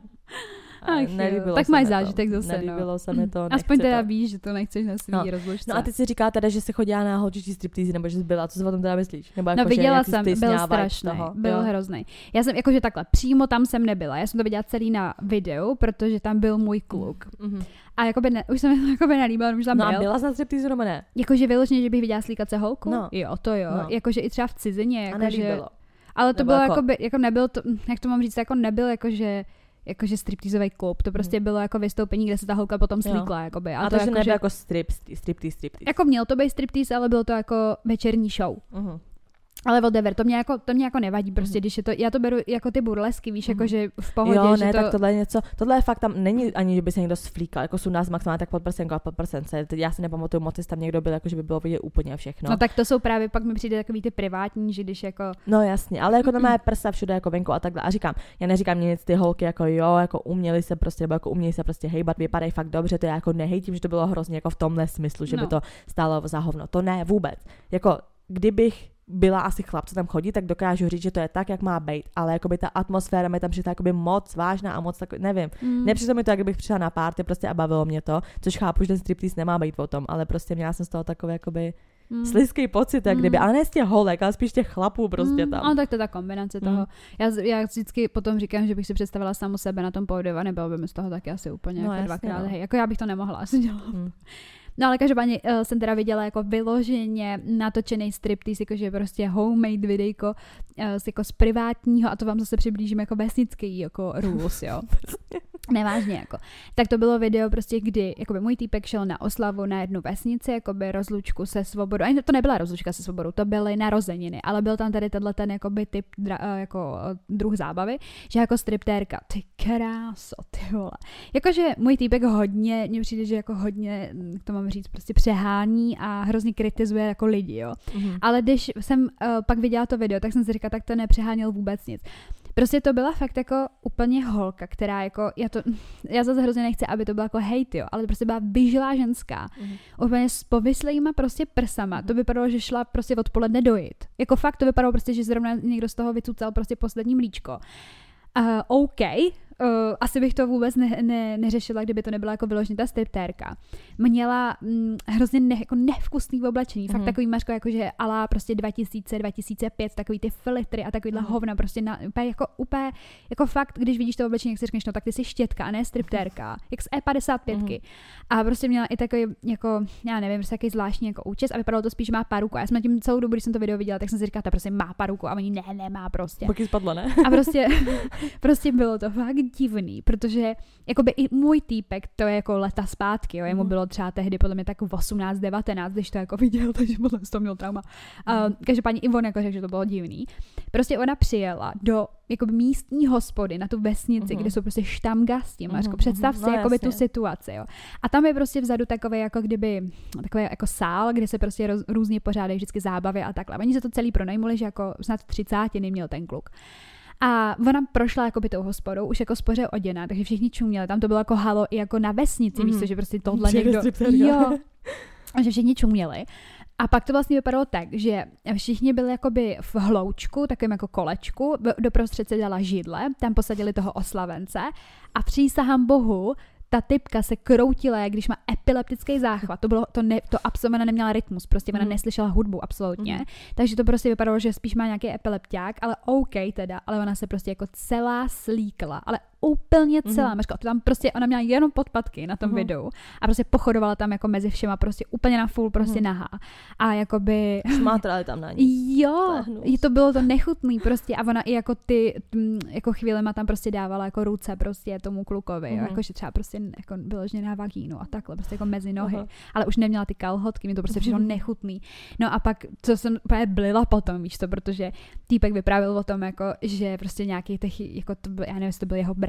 Ach, tak máš zážitek zase, Nelíbilo no. se mi to, aspoň teda to. víš, že to nechceš na svý no. rozlučce. No a ty si říká teda, že si chodila na holčičí striptýzy, nebo že jsi byla, co si o tom teda myslíš? Nebo no jako, viděla že jsem, byl strašný, byl jo. hrozný. Já jsem jakože takhle, přímo tam jsem nebyla, já jsem to viděla celý na videu, protože tam byl můj kluk. Mm-hmm. A jakoby ne, už jsem mi to jakoby nelíbila, už tam no byl. No a byla jsi na striptýzu, nebo ne? Jakože vyloženě, že bych viděla slíkat se holku? No. Jo, to jo. No. Jakože i třeba v cizině. Jako a nelíbilo. Že, ale to nebo bylo jako... jakoby, jako nebyl to, jak to mám říct, jako nebyl jakože jakože striptýzový klub, to prostě hmm. bylo jako vystoupení, kde se ta holka potom slíkla, jakoby. A, a to, to že nebyl jako strip, striptýz, striptýz. Jako měl to být striptýz, ale bylo to jako večerní show. Uh-huh. Ale whatever, to mě jako, to mě jako nevadí, prostě, mm. když je to, já to beru jako ty burlesky, víš, mm. jako, že v pohodě, jo, že ne, to... tak tohle je něco, tohle je fakt tam, není ani, že by se někdo sflíkal, jako jsou nás maximálně tak pod prsenko a pod prsence, teď já si nepamatuju moc, jestli tam někdo byl, jako že by bylo vidět úplně všechno. No tak to jsou právě, pak mi přijde takový ty privátní, že když jako... No jasně, ale jako to má prsa všude jako venku a takhle a říkám, já neříkám nic, ty holky jako jo, jako uměli se prostě, nebo jako uměli se prostě hejbat, vypadají fakt dobře, to já jako nehejtím, že to bylo hrozně jako v tomhle smyslu, že no. by to stálo za hovno, to ne, vůbec, jako kdybych byla asi chlap, co tam chodí, tak dokážu říct, že to je tak, jak má být, ale jakoby ta atmosféra mi tam přišla jakoby moc vážná a moc tak, nevím, mm. nepřišlo mi to, jak kdybych přišla na party prostě a bavilo mě to, což chápu, že ten striptease nemá být o tom, ale prostě měla jsem z toho takový jakoby mm. slizký pocit, jak kdyby, mm. ale ne z těch holek, ale spíš těch chlapů prostě tam. Mm, no tak to je ta kombinace toho. Mm. Já, já vždycky potom říkám, že bych si představila samu sebe na tom pódiu a nebylo by mi z toho taky asi úplně no, jako jasně, dvakrát, no. hej, jako já bych to nemohla asi dělat. Mm. No ale každopádně uh, jsem teda viděla jako vyloženě natočený striptease, jakože prostě homemade videjko uh, z, jako z privátního a to vám zase přiblížím jako vesnický jako rules, jo. Nevážně jako. Tak to bylo video prostě, kdy jakoby můj týpek šel na oslavu na jednu vesnici, jakoby rozlučku se svobodou. Ani to nebyla rozlučka se svobodou, to byly narozeniny, ale byl tam tady tenhle ten jakoby typ dra, jako druh zábavy, že jako striptérka. Ty kráso, ty vole. Jakože můj týpek hodně, mně přijde, že jako hodně, to mám říct, prostě přehání a hrozně kritizuje jako lidi, jo. Mm-hmm. Ale když jsem uh, pak viděla to video, tak jsem si říkala, tak to nepřeháněl vůbec nic. Prostě to byla fakt jako úplně holka, která jako, já to, já zase hrozně nechci, aby to byla jako hejt, jo, ale to prostě byla vyžilá ženská, mm. úplně s povyslejma prostě prsama, to vypadalo, že šla prostě odpoledne dojít. Jako fakt to vypadalo prostě, že zrovna někdo z toho vycucal prostě poslední mlíčko. Uh, OK, uh, asi bych to vůbec ne, ne, neřešila, kdyby to nebyla jako vyloženě ta striptérka. Měla mm, hrozně ne, jako nevkusný oblečení, mm. fakt takový mařko, jakože ala prostě dva tisíce, dva tisíce pět, takový ty filtry a takovýhle mm. hovna, prostě na, úplně jako úplně, jako fakt, když vidíš to oblečení, jak si řekneš, no tak ty jsi štětka a ne striptérka, jak z E padesát pět. Mm. A prostě měla i takový, jako, já nevím, prostě takový zvláštní jako účes a vypadalo to spíš má paruku. A já jsem tím celou dobu, když jsem to video viděla, tak jsem si říkala, ta prostě má paruku a oni ne, nemá prostě. Pak jí spadlo, ne? A prostě prostě bylo to fakt divný, protože jakoby i můj týpek, to je jako leta zpátky, jo, jemu bylo třeba tehdy podle mě tak osmnáct devatenáct, když to jako viděl, takže podle mě to měl trauma. Uh, každopádně i on jako řekl, že to bylo divný. Prostě ona přijela do jakoby místní hospody na tu vesnici, uh-huh. kde jsou prostě štamgasti, uh-huh. Mařko, představ si no, jakoby jasně. tu situaci, jo. A tam je prostě vzadu takový jako kdyby, takový jako sál, kde se prostě roz, různě pořádají vždycky zábavy a takhle. Oni se to celý pronajmuli, že jako snad třicátiny měl ten kluk. A ona prošla jakoby tou hospodou, už jako spoře oděná, takže všichni čuměli. Tam to bylo jako halo i jako na vesnici, mm. víš co, že prostě tohle někdo... Jo, že všichni čuměli. A pak to vlastně vypadalo tak, že všichni byli jakoby v hloučku, takovým jako kolečku, doprostřed se dala židle, tam posadili toho oslavence a přísahám Bohu, ta typka se kroutila, jak když má epileptický záchvat. To bylo, to, ne, to absolutně neměla rytmus, prostě ona mm. neslyšela hudbu, absolutně. Mm. Takže to prostě vypadalo, že spíš má nějaký epilepťák, ale OK teda, ale ona se prostě jako celá slíkla, ale úplně celá, mm. to tam prostě, ona měla jenom podpatky na tom mm. videu a prostě pochodovala tam jako mezi všema, prostě úplně na full, prostě mm. nahá. A jakoby... Šmátrali tam na ní. Jo, to, to bylo to nechutný prostě a ona i jako ty, jako chvílema tam prostě dávala jako ruce prostě tomu klukovi, mm. jo, jakože třeba prostě jako vyloženě na vagínu a takhle, prostě jako mezi nohy. Uh-huh. Ale už neměla ty kalhotky, mi to prostě přišlo nechutný. No a pak, co jsem úplně blila potom, víš to, protože týpek vyprávěl o tom, jako, že prostě nějaký těch, jako to byl, já nevím, jestli to byl jeho bratr,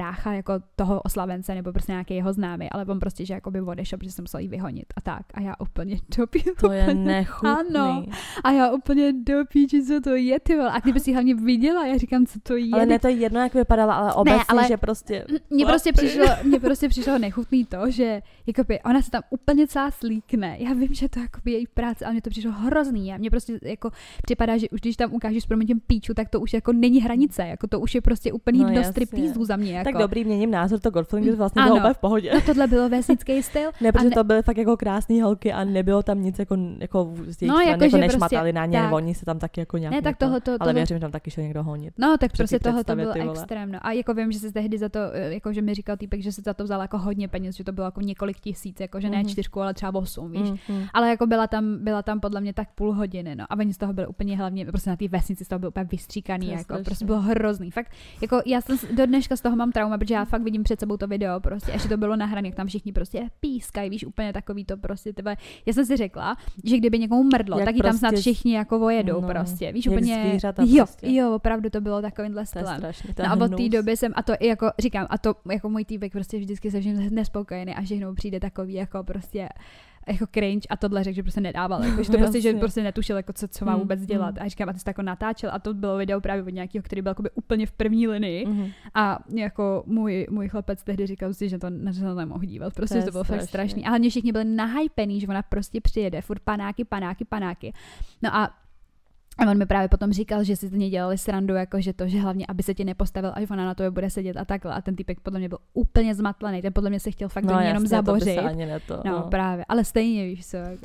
brácha jako toho oslavence nebo prostě nějaký jeho známý, ale on prostě, že jako by odešel, protože jsem musela jí vyhonit a tak. A já úplně do píči. To je nechutný. Ano. A já úplně do píči, co to je, ty vole. A kdyby si hlavně viděla, já říkám, co to je. Ale ne to je jedno, jak vypadala, ale obecně, ne, ale že prostě... Mně prostě přišlo, mně prostě přišlo nechutný to, že jakoby ona se tam úplně celá slíkne. Já vím, že to jakoby její práce, ale mně to přišlo hrozný. A mně prostě jako připadá, že už když tam ukážeš s proměnitím píču, tak to už jako není hranice. Jako to už je prostě úplně no, do stripteasu za mě. Jako. Tak dobrý, měním názor, to Goldfinger vlastně bylo úplně v pohodě. No tohle bylo vesnický styl. Ne, protože ne... to byly fakt jako krásný holky a nebylo tam nic jako, jako z jejich no, jako, jako nešmatali prostě, na ně, tak. Oni se tam taky jako nějak ne, tak tohle, to, ale tohle... věřím, že tam taky šel někdo honit. No, tak prostě tohle to bylo bylo extrémno. A jako vím, že se tehdy za to, jako že mi říkal týpek, že se za to vzal jako hodně peněz, že to bylo jako několik tisíc, jako že ne čtyřku, ale třeba osm, víš. Mm-hmm. Ale jako byla tam, byla tam podle mě tak půl hodiny, no. A oni z toho byli úplně hlavně, prostě na té vesnici z toho byl úplně vystříkaný, to jako strašný. Prostě bylo hrozný. Fakt, jako já jsem do dneška z toho mám trauma, protože já fakt vidím před sebou to video, prostě, až to bylo nahrané, jak tam všichni prostě pískají, víš, úplně takový to prostě, tebe. Já jsem si řekla, že kdyby někomu mrdlo, jak tak prostě, tam snad všichni jako vojedou, no, prostě, víš, úplně. Jo, prostě. Jo, opravdu to bylo takovýmhle stylem. No a od té doby jsem, a to i jako říkám, a to jako můj týpek prostě vždycky se vším nespokojený a všechno přijde takový jako prostě jako cringe a tohle řekl, že prostě nedával, jako, že to prostě, že prostě netušil, jako co, co má vůbec dělat. A říkám, a ty jsi to jako natáčel a to bylo video právě od nějakého, který byl jakoby úplně v první linii mm-hmm. a jako můj, můj chlapec tehdy říkal si, že to, že to nemohl dívat, prostě to, to bylo fakt strašný. A hlavně všichni byli nahypený, že ona prostě přijede, furt panáky, panáky, panáky. No a A on mi právě potom říkal, že si to dělali srandu, jako že to, že hlavně, aby se ti nepostavil, až ona na to bude sedět a takhle. A ten týpek podle mě byl úplně zmatlený, ten podle mě se chtěl fakt no, do mě jenom zabořit. To, no, no právě, ale stejně víš co. Jako.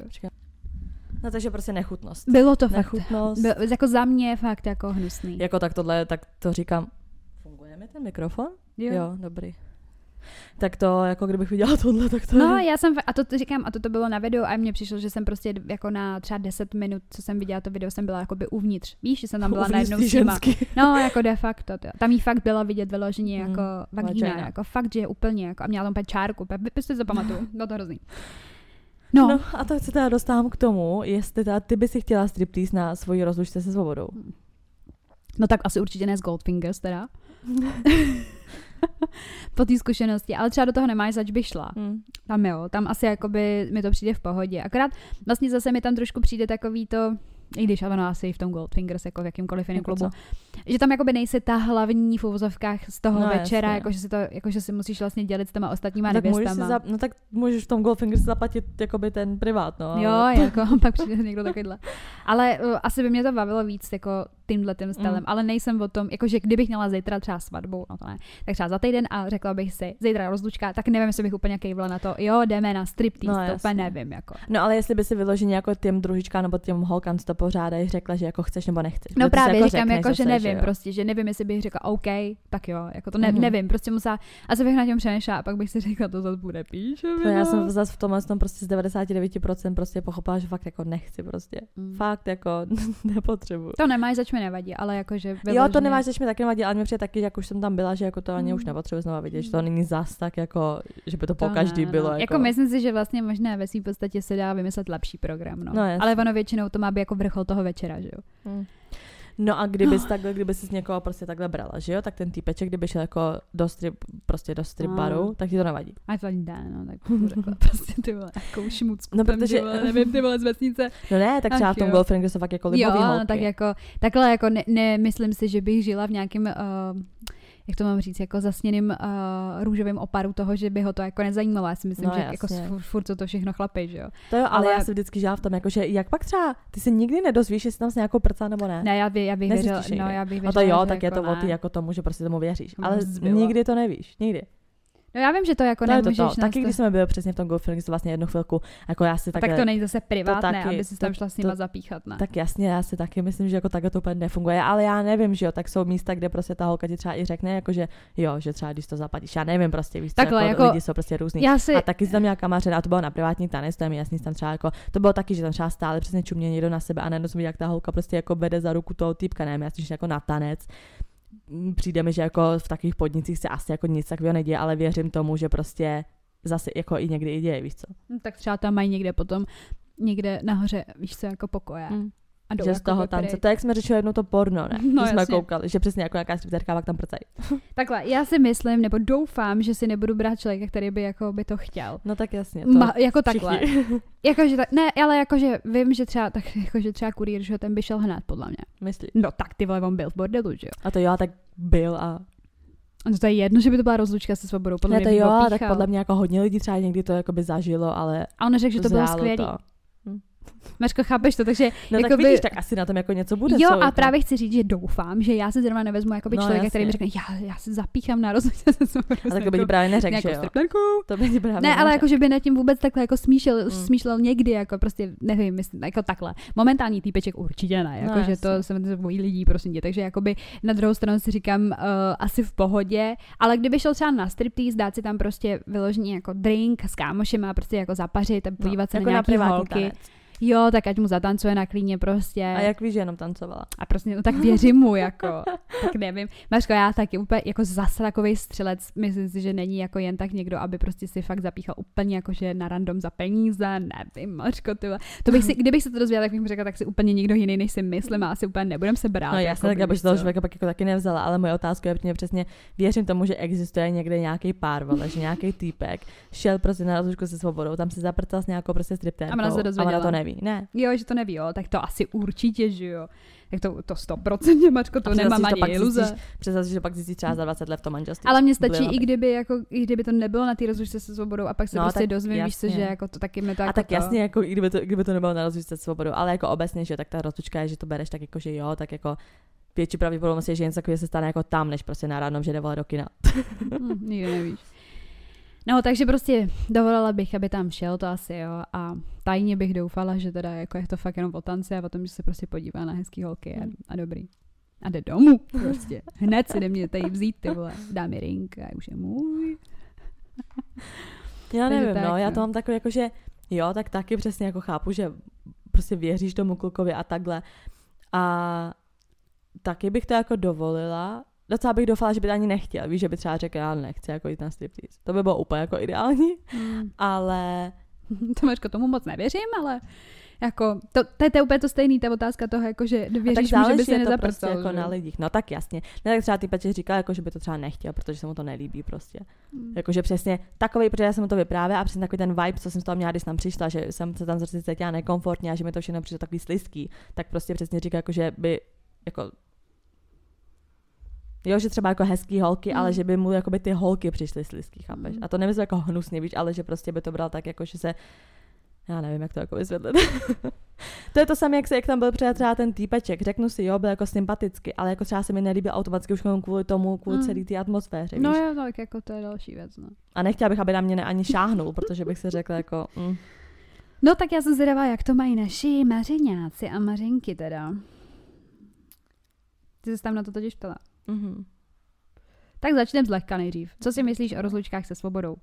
No takže prostě nechutnost. Bylo to nechutnost. fakt. Bylo, jako za mě fakt jako hnusný. Jako tak tohle, tak to říkám. Funguje mi ten mikrofon? Jo. Jo, dobrý. Tak to, jako kdybych viděla tohle, tak to... No, já jsem, a to, to říkám, a to, to bylo na videu a mně přišlo, že jsem prostě jako na třeba deset minut, co jsem viděla to video, jsem byla jakoby uvnitř. Víš, že jsem tam byla najednou s nima. No, jako de facto. To. Tam jí fakt byla vidět vyloženě jako mm, vagína, jako fakt, že je úplně, jako, a měla tam úplně čárku, prostě to pamatuju, bylo to hrozný. No. no a to se teda dostávám k tomu, jestli teda ty by si chtěla striptease na svoji rozlučce se svobodou. No tak asi určitě ne z Goldfingers teda. Po té zkušenosti, ale třeba do toho nemáš, zač bych šla. Hmm. Tam jo, tam asi jakoby mi to přijde v pohodě. Akorát vlastně zase mi tam trošku přijde takový to, i když ono asi v tom Goldfingers, jako v jakýmkoliv jiném klubu, že tam jakoby nejsi ta hlavní v uvozovkách z toho no, večera, jako že, si to, jako že si musíš vlastně dělit s těma ostatníma no, nevěstama. Za, no tak můžeš v tom Goldfingers zaplatit jakoby ten privát, no. Ale... Jo, jako pak přijde někdo takovýhle. Ale uh, asi by mě to bavilo víc jako tímhle tím stylem, mm. ale nejsem o tom, jakože kdybych měla zítra třeba svatbu, no to ne, tak třeba za týden a řekla bych si, zítra rozlučka, tak nevím, jestli bych úplně kejvla na to, jo, jdeme na striptease, no, to úplně nevím, jako. No ale jestli by si vyloženě jako těm družičkám nebo těm holkám to pořádají, řekla, že jako chceš nebo nechceš. No právě jako říkám, jako, že zase, nevím, že prostě, že nevím, jestli bych řekla OK, tak jo, jako to ne, mm. nevím, prostě musela, asi bych na těm přemýšlela a pak bych si řekla, to zase bude píše. To já jsem zase v tomhle tom prostě z devadesát devět procent prostě pochopila, že fakt jako nechci prostě. Mm. Fakt jako nepotřebuji. To nemáš, zač mi nevadí, ale jako že vyloženě... Jo, to nemáš, zač mi taky nevadí, ale mě přijde taky, jak už jsem tam byla, že jako to ani mm. už nepotřebuji znova vidět, že to není zas tak jako, že by to, to po každý ne, bylo. No. Jako... jako myslím si, že vlastně možná ve svým podstatě se dá vymyslet lepší program, no. no ale ono většinou to má být jako vrchol toho večera, že jo. Mm. No a kdybys oh. takhle, kdyby jsi někoho prostě takhle brala, že jo, tak ten týpeček, kdyby šel jako do strip, prostě do strip no. baru, tak ti to nevadí. A to dá, no, tak budu řekla prostě ty vole, jakou šmucku, no, protože... ty vole, nevím, ty vole z vesnice. No ne, tak třeba Ach, v tom Goldfingeru jsou fakt jako libový holky. Jo, no tak jako, takhle jako ne, nemyslím si, že bych žila v nějakém... Uh, jak to mám říct, jako zasněným uh, růžovým oparu toho, že by ho to jako nezajímalo. Já si myslím, no, že jasně. jako furt, furt to všechno chlapej, že jo. To jo, ale, ale já si vždycky žila v tom, jako, že jak pak třeba, ty se nikdy nedozvíš, jestli tam s nějakou prcá nebo ne. Ne, já, by, já bych věřila, no já bych věřila, no to jo, tak jako je to o ty jako tomu, že prostě tomu věříš. Ale zbylo. Nikdy to nevíš, nikdy. No já vím, že to jako to nemůžeš. To to. Taky když jsme byli přesně v tom Goldfingeru vlastně jednu chvilku, jako já si takhle... Tak to není zase privátné, taky, aby si tam šla to, s nima to, zapíchat, ne? Tak jasně, já si taky myslím, že jako takhle to úplně nefunguje, ale já nevím, že jo, tak jsou místa, kde prostě ta holka ti třeba i řekne, jako že jo, že třeba když to zaplatíš, já nevím, prostě víš, takhle, co, jako, jako lidi jsou prostě různý. Si... A taky jsem měla kamaře, a to bylo na privátní tanec, to je mi jasný, tam třeba jako, to bylo taky, že tam třeba stále přesně čumě někdo na sebe a najednou jsem viděla, jak ta holka prostě jako vede za ruku toho týpka, nevím, jasně, že jako na tanec. Přijde mi, že jako v takových podnicích se asi jako nic takového neděje, ale věřím tomu, že prostě zase jako i někdy i děje, víš co? No, tak třeba tam mají někde potom, někde nahoře, víš co, jako pokoje. Mm. A že z toho tance. To jak jsme řešili jednou to porno, ne? No, že jsme jasně. koukali, že přesně jako nějaká stripterka pak tam prcají. Takhle, já si myslím, nebo doufám, že si nebudu brát člověka, který by jako by to chtěl. No tak jasně. To Ma, jako takhle. všichni. Jakože tak, ne, ale jakože vím, že třeba, tak, jakože třeba kurýr, že ten by šel hned, podle mě. Myslíš? No tak ty vole, on byl v bordelu, že jo? A to jo, tak byl a... No to je jedno, že by to byla rozlučka se svobodou, podle Ne, mě to by jo, opíchal. tak podle mě jako hodně lidí třeba někdy to jako by zažilo, ale... A on řekl, že to bylo zrálo skvělý. to. Mařko, chápeš to, takže No jakoby, tak vidíš, tak asi na tom jako něco bude. jo, jsou a jako... právě chci říct, že doufám, že já si zrovna nevezmu jakoby No, člověka, jasně. který mi řekne, já, já se zapíchám na rozlučce se svobodou. A tak to by ti právě neřekl, že jo? stripterku. To by ti právě Ne, ale neřekl. jako, že by nad tím vůbec takhle jako smýšlel, Mm. smýšlel někdy, jako prostě, nevím, myslím, jako takhle. Momentální týpeček určitě ne, jako, No, že jasně. to se to bojí lidí, prosím tě, takže jakoby na druhou stranu si říkám uh, asi v pohodě, ale kdyby šel třeba na striptease, dát si tam prostě vyloženě jako drink s kámošema, prostě jako zapařit a podívat se jako na nějaký privátní holky. tanec. Jo, tak ať mu zatancuje na klíně prostě. A jak víš, že jenom tancovala? A prostě, no tak věřím mu, jako, tak nevím. Mařko, já taky úplně jako zase takovej střelec, myslím si, že není jako jen tak někdo, aby prostě si fakt zapíchal úplně jako, že na random za peníze, nevím, Mařko, tyhle. To bych si, kdybych se to dozvěděla, tak bych mu řekla, tak si úplně někdo jiný, než si myslím a asi úplně nebudem se brát. No jako, jasně, tak víš já bych toho co. člověka pak jako taky nevzala, ale moje otázka je mě přesně, věřím tomu, že existuje někde nějaký pár, vole, že nějaký týpek šel prostě na rozlučku se svobodou, tam se zaprcal s nějakou prostě striptérkou A ona se a dozvěděla. ona to neví, ne. Jo, že to neví, jo, tak to asi určitě, že jo. Tak to, to sto procent, Mařko, to A nemám představ si, že to ani pak iluze. zjistíš- Představ si, že pak zjistíš třeba za dvacet let v tom manželství. Ale mně stačí, Blila i by. kdyby, jako, i kdyby to nebylo na té rozlučce se svobodou a pak se No, prostě tak dozvím, víš co, jasně. že jako to taky mi to A jako tak to... jasně, jako i kdyby to, kdyby to nebylo na rozlučce se svobodou, ale jako obecně, že tak ta rozlučka je, že to bereš tak jako, že jo, tak jako větší pravděpodobnost je, že něco takového se stane jako tam, než prostě na rádnom, že jde vole do kina. Hm, nikdy nevíš. No, takže prostě dovolila bych, aby tam šel, to asi jo, a tajně bych doufala, že teda jako je to fakt jenom o tanci a o tom, že se prostě podívá na hezký holky a, a dobrý. A jde domů, prostě. Hned si jde mě tady vzít, ty vole, dá mi ring a už je můj. Já Takže nevím, tak, no, já no. to mám takový jako, že jo, tak taky přesně jako chápu, že prostě věříš tomu klukovi a takhle. A taky bych to jako dovolila. Docela bych doufala, že by to ani nechtěl. Víš, že by třeba řekl, já nechci jako jít na striptease. To by bylo úplně jako ideální, Hmm. ale To Mařko, tomu moc nevěřím, ale jako, to, to, je, to je úplně to stejný, ta otázka toho, jako, že a tak věříš mu, že záleží, by se je to prostě nezaprcal. jako že? na lidích. No tak jasně. Ne, tak třeba týpeček říkal, jako, že by to třeba nechtěl, protože se mu to nelíbí prostě. Hmm. Jakože přesně takový, protože já jsem mu to vyprávěla a přesně takový ten vibe, co jsem z toho měla, když jsem tam přišla, že jsem se tam zase cítila nekomfortně a že mi to všechno přišlo takový slizký, tak prostě přesně říká, jako, že by jako jo, že třeba jako hezký holky, Mm. ale že by mu jakoby ty holky přišly slizký, chápeš? Mm. A to nemyslím jako hnusně, víš, ale že prostě by to bral tak, jako že se já nevím, jak to jako vysvětlit. To je to samé, jak, se, jak tam byl třeba, třeba ten týpeček. Řeknu si, jo, byl jako sympatický, ale jako třeba se mi nelíbil automaticky už jenom kvůli tomu, kvůli Mm. celé té atmosféře, No víš? jo, tak jako to je další věc, no. A nechtěla bych, aby na mě ne, ani šáhnul, protože bych si řekla jako... Mm. No tak já jsem zvědavá, jak to mají naši mařeňáci a mařenky teda. Ty jsi tam na to totiž ptala. Mm-hmm. Tak začneme zlehka nejdřív. Co si myslíš o rozlučkách se svobodou?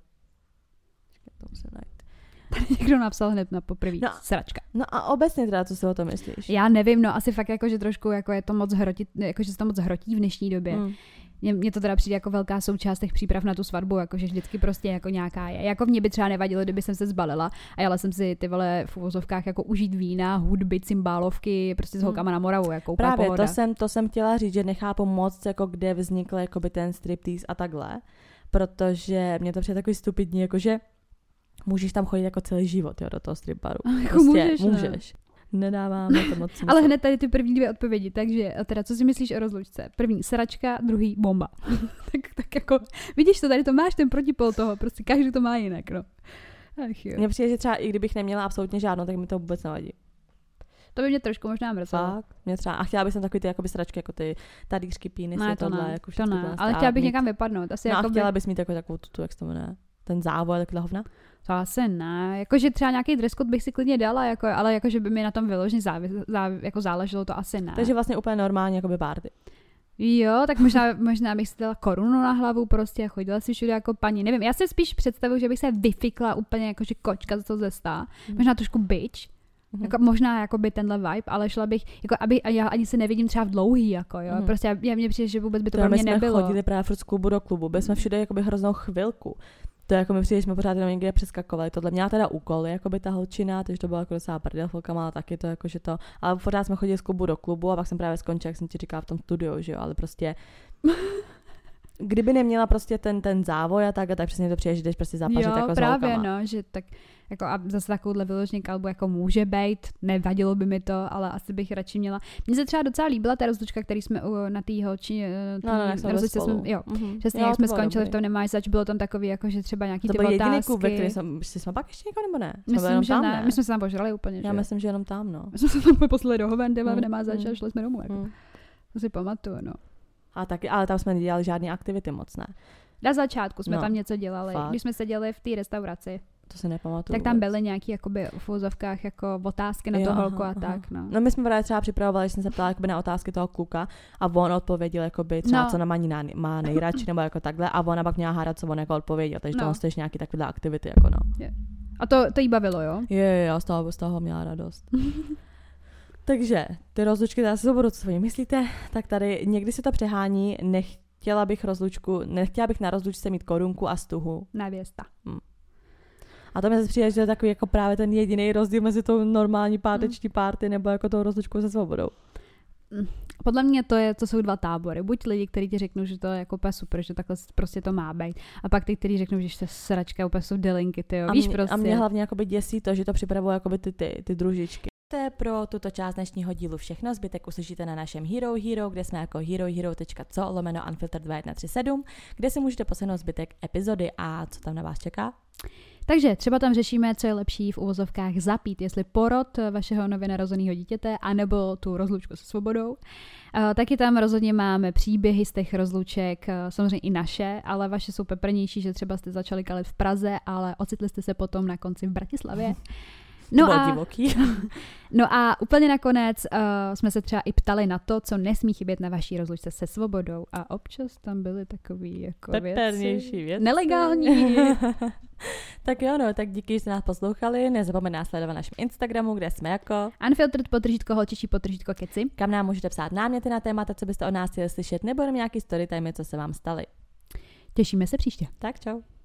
To musím najít. Tady někdo napsal hned na poprvé. No. Sračka. No a obecně teda, co si o tom myslíš? Já nevím, no asi fakt jako, že trošku jako je to moc hrotit, jako, že se to moc hrotí v dnešní době. Mm. Mně, mně to teda přijde jako velká součást těch příprav na tu svatbu, jakože vždycky prostě jako nějaká je. Jako mě by třeba nevadilo, kdyby jsem se zbalila a jela jsem si ty vole v uvozovkách jako užít vína, hudby, cymbálovky, prostě s Hmm. holkama na Moravu, jako úplně Právě, pohoda. to jsem, to jsem chtěla říct, že nechápu moc, jako kde vznikl jakoby ten striptease a takhle, protože mě to přijde takový stupidní, jakože můžeš tam chodit jako celý život, jo, do toho strip baru. Jako Prostě můžeš, ne? můžeš. Nedáváme to moc smysl. Ale hned tady ty první dvě odpovědi, takže a teda co si myslíš o rozlučce? První sračka, druhý bomba. tak, tak jako, vidíš to, tady to máš ten protipol toho, prostě každý to má jinak, no. Ach jo. Mně přijde, že třeba i kdybych neměla absolutně žádnou, tak mi to vůbec nevadí. To by mě trošku možná mrzelo. Fakt? Mě třeba, a chtěla bych jsem takový ty jakoby sračky, jako ty talířky, píny, Ne, to tohle, ne, jako to všechno ne, tohle ale a chtěla bych mít- někam vypadnout. Asi No a jako chtěla bys mít takovou, takovou tu, jak se to jmenuje, ten závoj, takhle hovna? To asi ne. Jakože třeba nějaký dress code bych si klidně dala, jako, ale jakože by mi na tom vyloženě závi, závi, jako záleželo, to asi ne. Takže vlastně úplně normálně jakoby party. Jo, tak možná, možná bych si dala korunu na hlavu prostě a chodila si všude jako paní. Nevím, já si spíš představuji, že bych se vyfikla úplně jakože kočka z toho zestá. Mhm. Možná trošku bitch. Mhm. Jako, možná jako by tenhle vibe, ale šla bych, jako aby, a já ani se nevidím třeba v dlouhý, jako jo. Mhm. Prostě já, já mně přijde, že vůbec by to To pro my mě jsme nebylo. chodili právě furt z klubu do klubu, byli jsme všude jakoby hroznou chvilku. To jako my přijde, jsme pořád jenom někde přeskakovali. Tohle měla teda úkoly, jako by ta holčina, takže to bylo jako docela prdel, folka má taky to jako, že to, ale pořád jsme chodili z klubu do klubu a pak jsem právě skončila, jak jsem ti říkala v tom studiu, že jo, ale prostě kdyby neměla prostě ten, ten závoj a tak, a tak přesně to přijde, že jdeš prostě zápařit jo, jako právě, s holkama. no, že tak jako a zase takovouhle vyloženě kalbu jako může být, nevadilo by mi to, ale asi bych radši měla. Mně se třeba docela líbila ta rozlučka, který jsme u, na té holči, no, no, rozlučce jsme, jo, mm-hmm. přesně jo, jak jsme skončili dobrý. V tom nemáš zač, bylo tam takový, jako že třeba nějaký to ty otázky. To byl jediný klub, ve který jsem, jsme pak ještě někoho nebo ne? Jsme myslím, že tam, ne. ne, my jsme se tam požrali úplně, Já že? myslím, že jenom tam, no. My jsme se tam poslali do Hoven, mm, nemá zač mm, a šli jsme domů, jako. Mm. To si pamatuju, no. A taky, ale tam jsme nedělali žádné aktivity moc, ne? Na začátku jsme no, tam něco dělali, fakt. Když jsme seděli v té restauraci. To si nepamatuju. Tak tam byly nějaký jakoby v úzovkách jako otázky na to holku a aha. tak, no. No my jsme právě třeba připravovali, že jsem se ptala jakoby na otázky toho kluka a on odpověděl jakoby třeba no. co na maní má nejradši nebo jako takhle a ona pak měla hádat, co on jako odpověděl, takže no. to vlastně nějaký takové aktivity jako no. Je. A to, to jí bavilo, jo? Je, jo, z toho, z toho měla radost. Takže ty rozlučky zase jsou budoucí, myslíte? Tak tady někdy se to přehání, nechtěla bych rozlučku, nechtěla bych na rozlučce mít korunku a stuhu. Nevěsta. Hm. A to mi zase přijde, že je takový jako právě ten jediný rozdíl mezi tou normální páteční párty nebo jako tou rozlučkou se svobodou. Podle mě to, je, to jsou dva tábory. Buď lidi, kteří ti řeknou, že to je jako úplně super, že takhle prostě to má být. A pak ty, kteří řeknou, že se sračka, úplně jsou delinky, ty jo. Víš, mě, prostě. A mě hlavně jakoby děsí to, že to připravuje jakoby ty, ty, ty družičky. To je pro tuto část dnešního dílu všechno. Zbytek uslyšíte na našem Hero Hero, kde jsme jako herohero tečka co lomeno unfiltered dva jedna tři sedm, kde si můžete poslechnout zbytek epizody a co tam na vás čeká. Takže třeba tam řešíme, co je lepší v uvozovkách zapít, jestli porod vašeho nově narozeného dítěte, anebo tu rozlučku se svobodou. Uh, taky tam rozhodně máme příběhy z těch rozluček, uh, samozřejmě i naše, ale vaše jsou peprnější, že třeba jste začali kalit v Praze, ale ocitli jste se potom na konci v Bratislavě. No a, divoký. no a úplně nakonec uh, jsme se třeba i ptali na to, co nesmí chybět na vaší rozlučce se svobodou. A občas tam byly takový jako věci. věci. Nelegální. Tak jo, no, tak díky, že jste nás poslouchali. Nezapomeňte nás sledovat na našem Instagramu, kde jsme jako Unfiltered potržítko holčičí potržítko keci. Kam nám můžete psát náměty na témata, co byste od nás chtěli slyšet, nebo jenom nějaký storytime, co se vám staly. Těšíme se příště. Tak čau.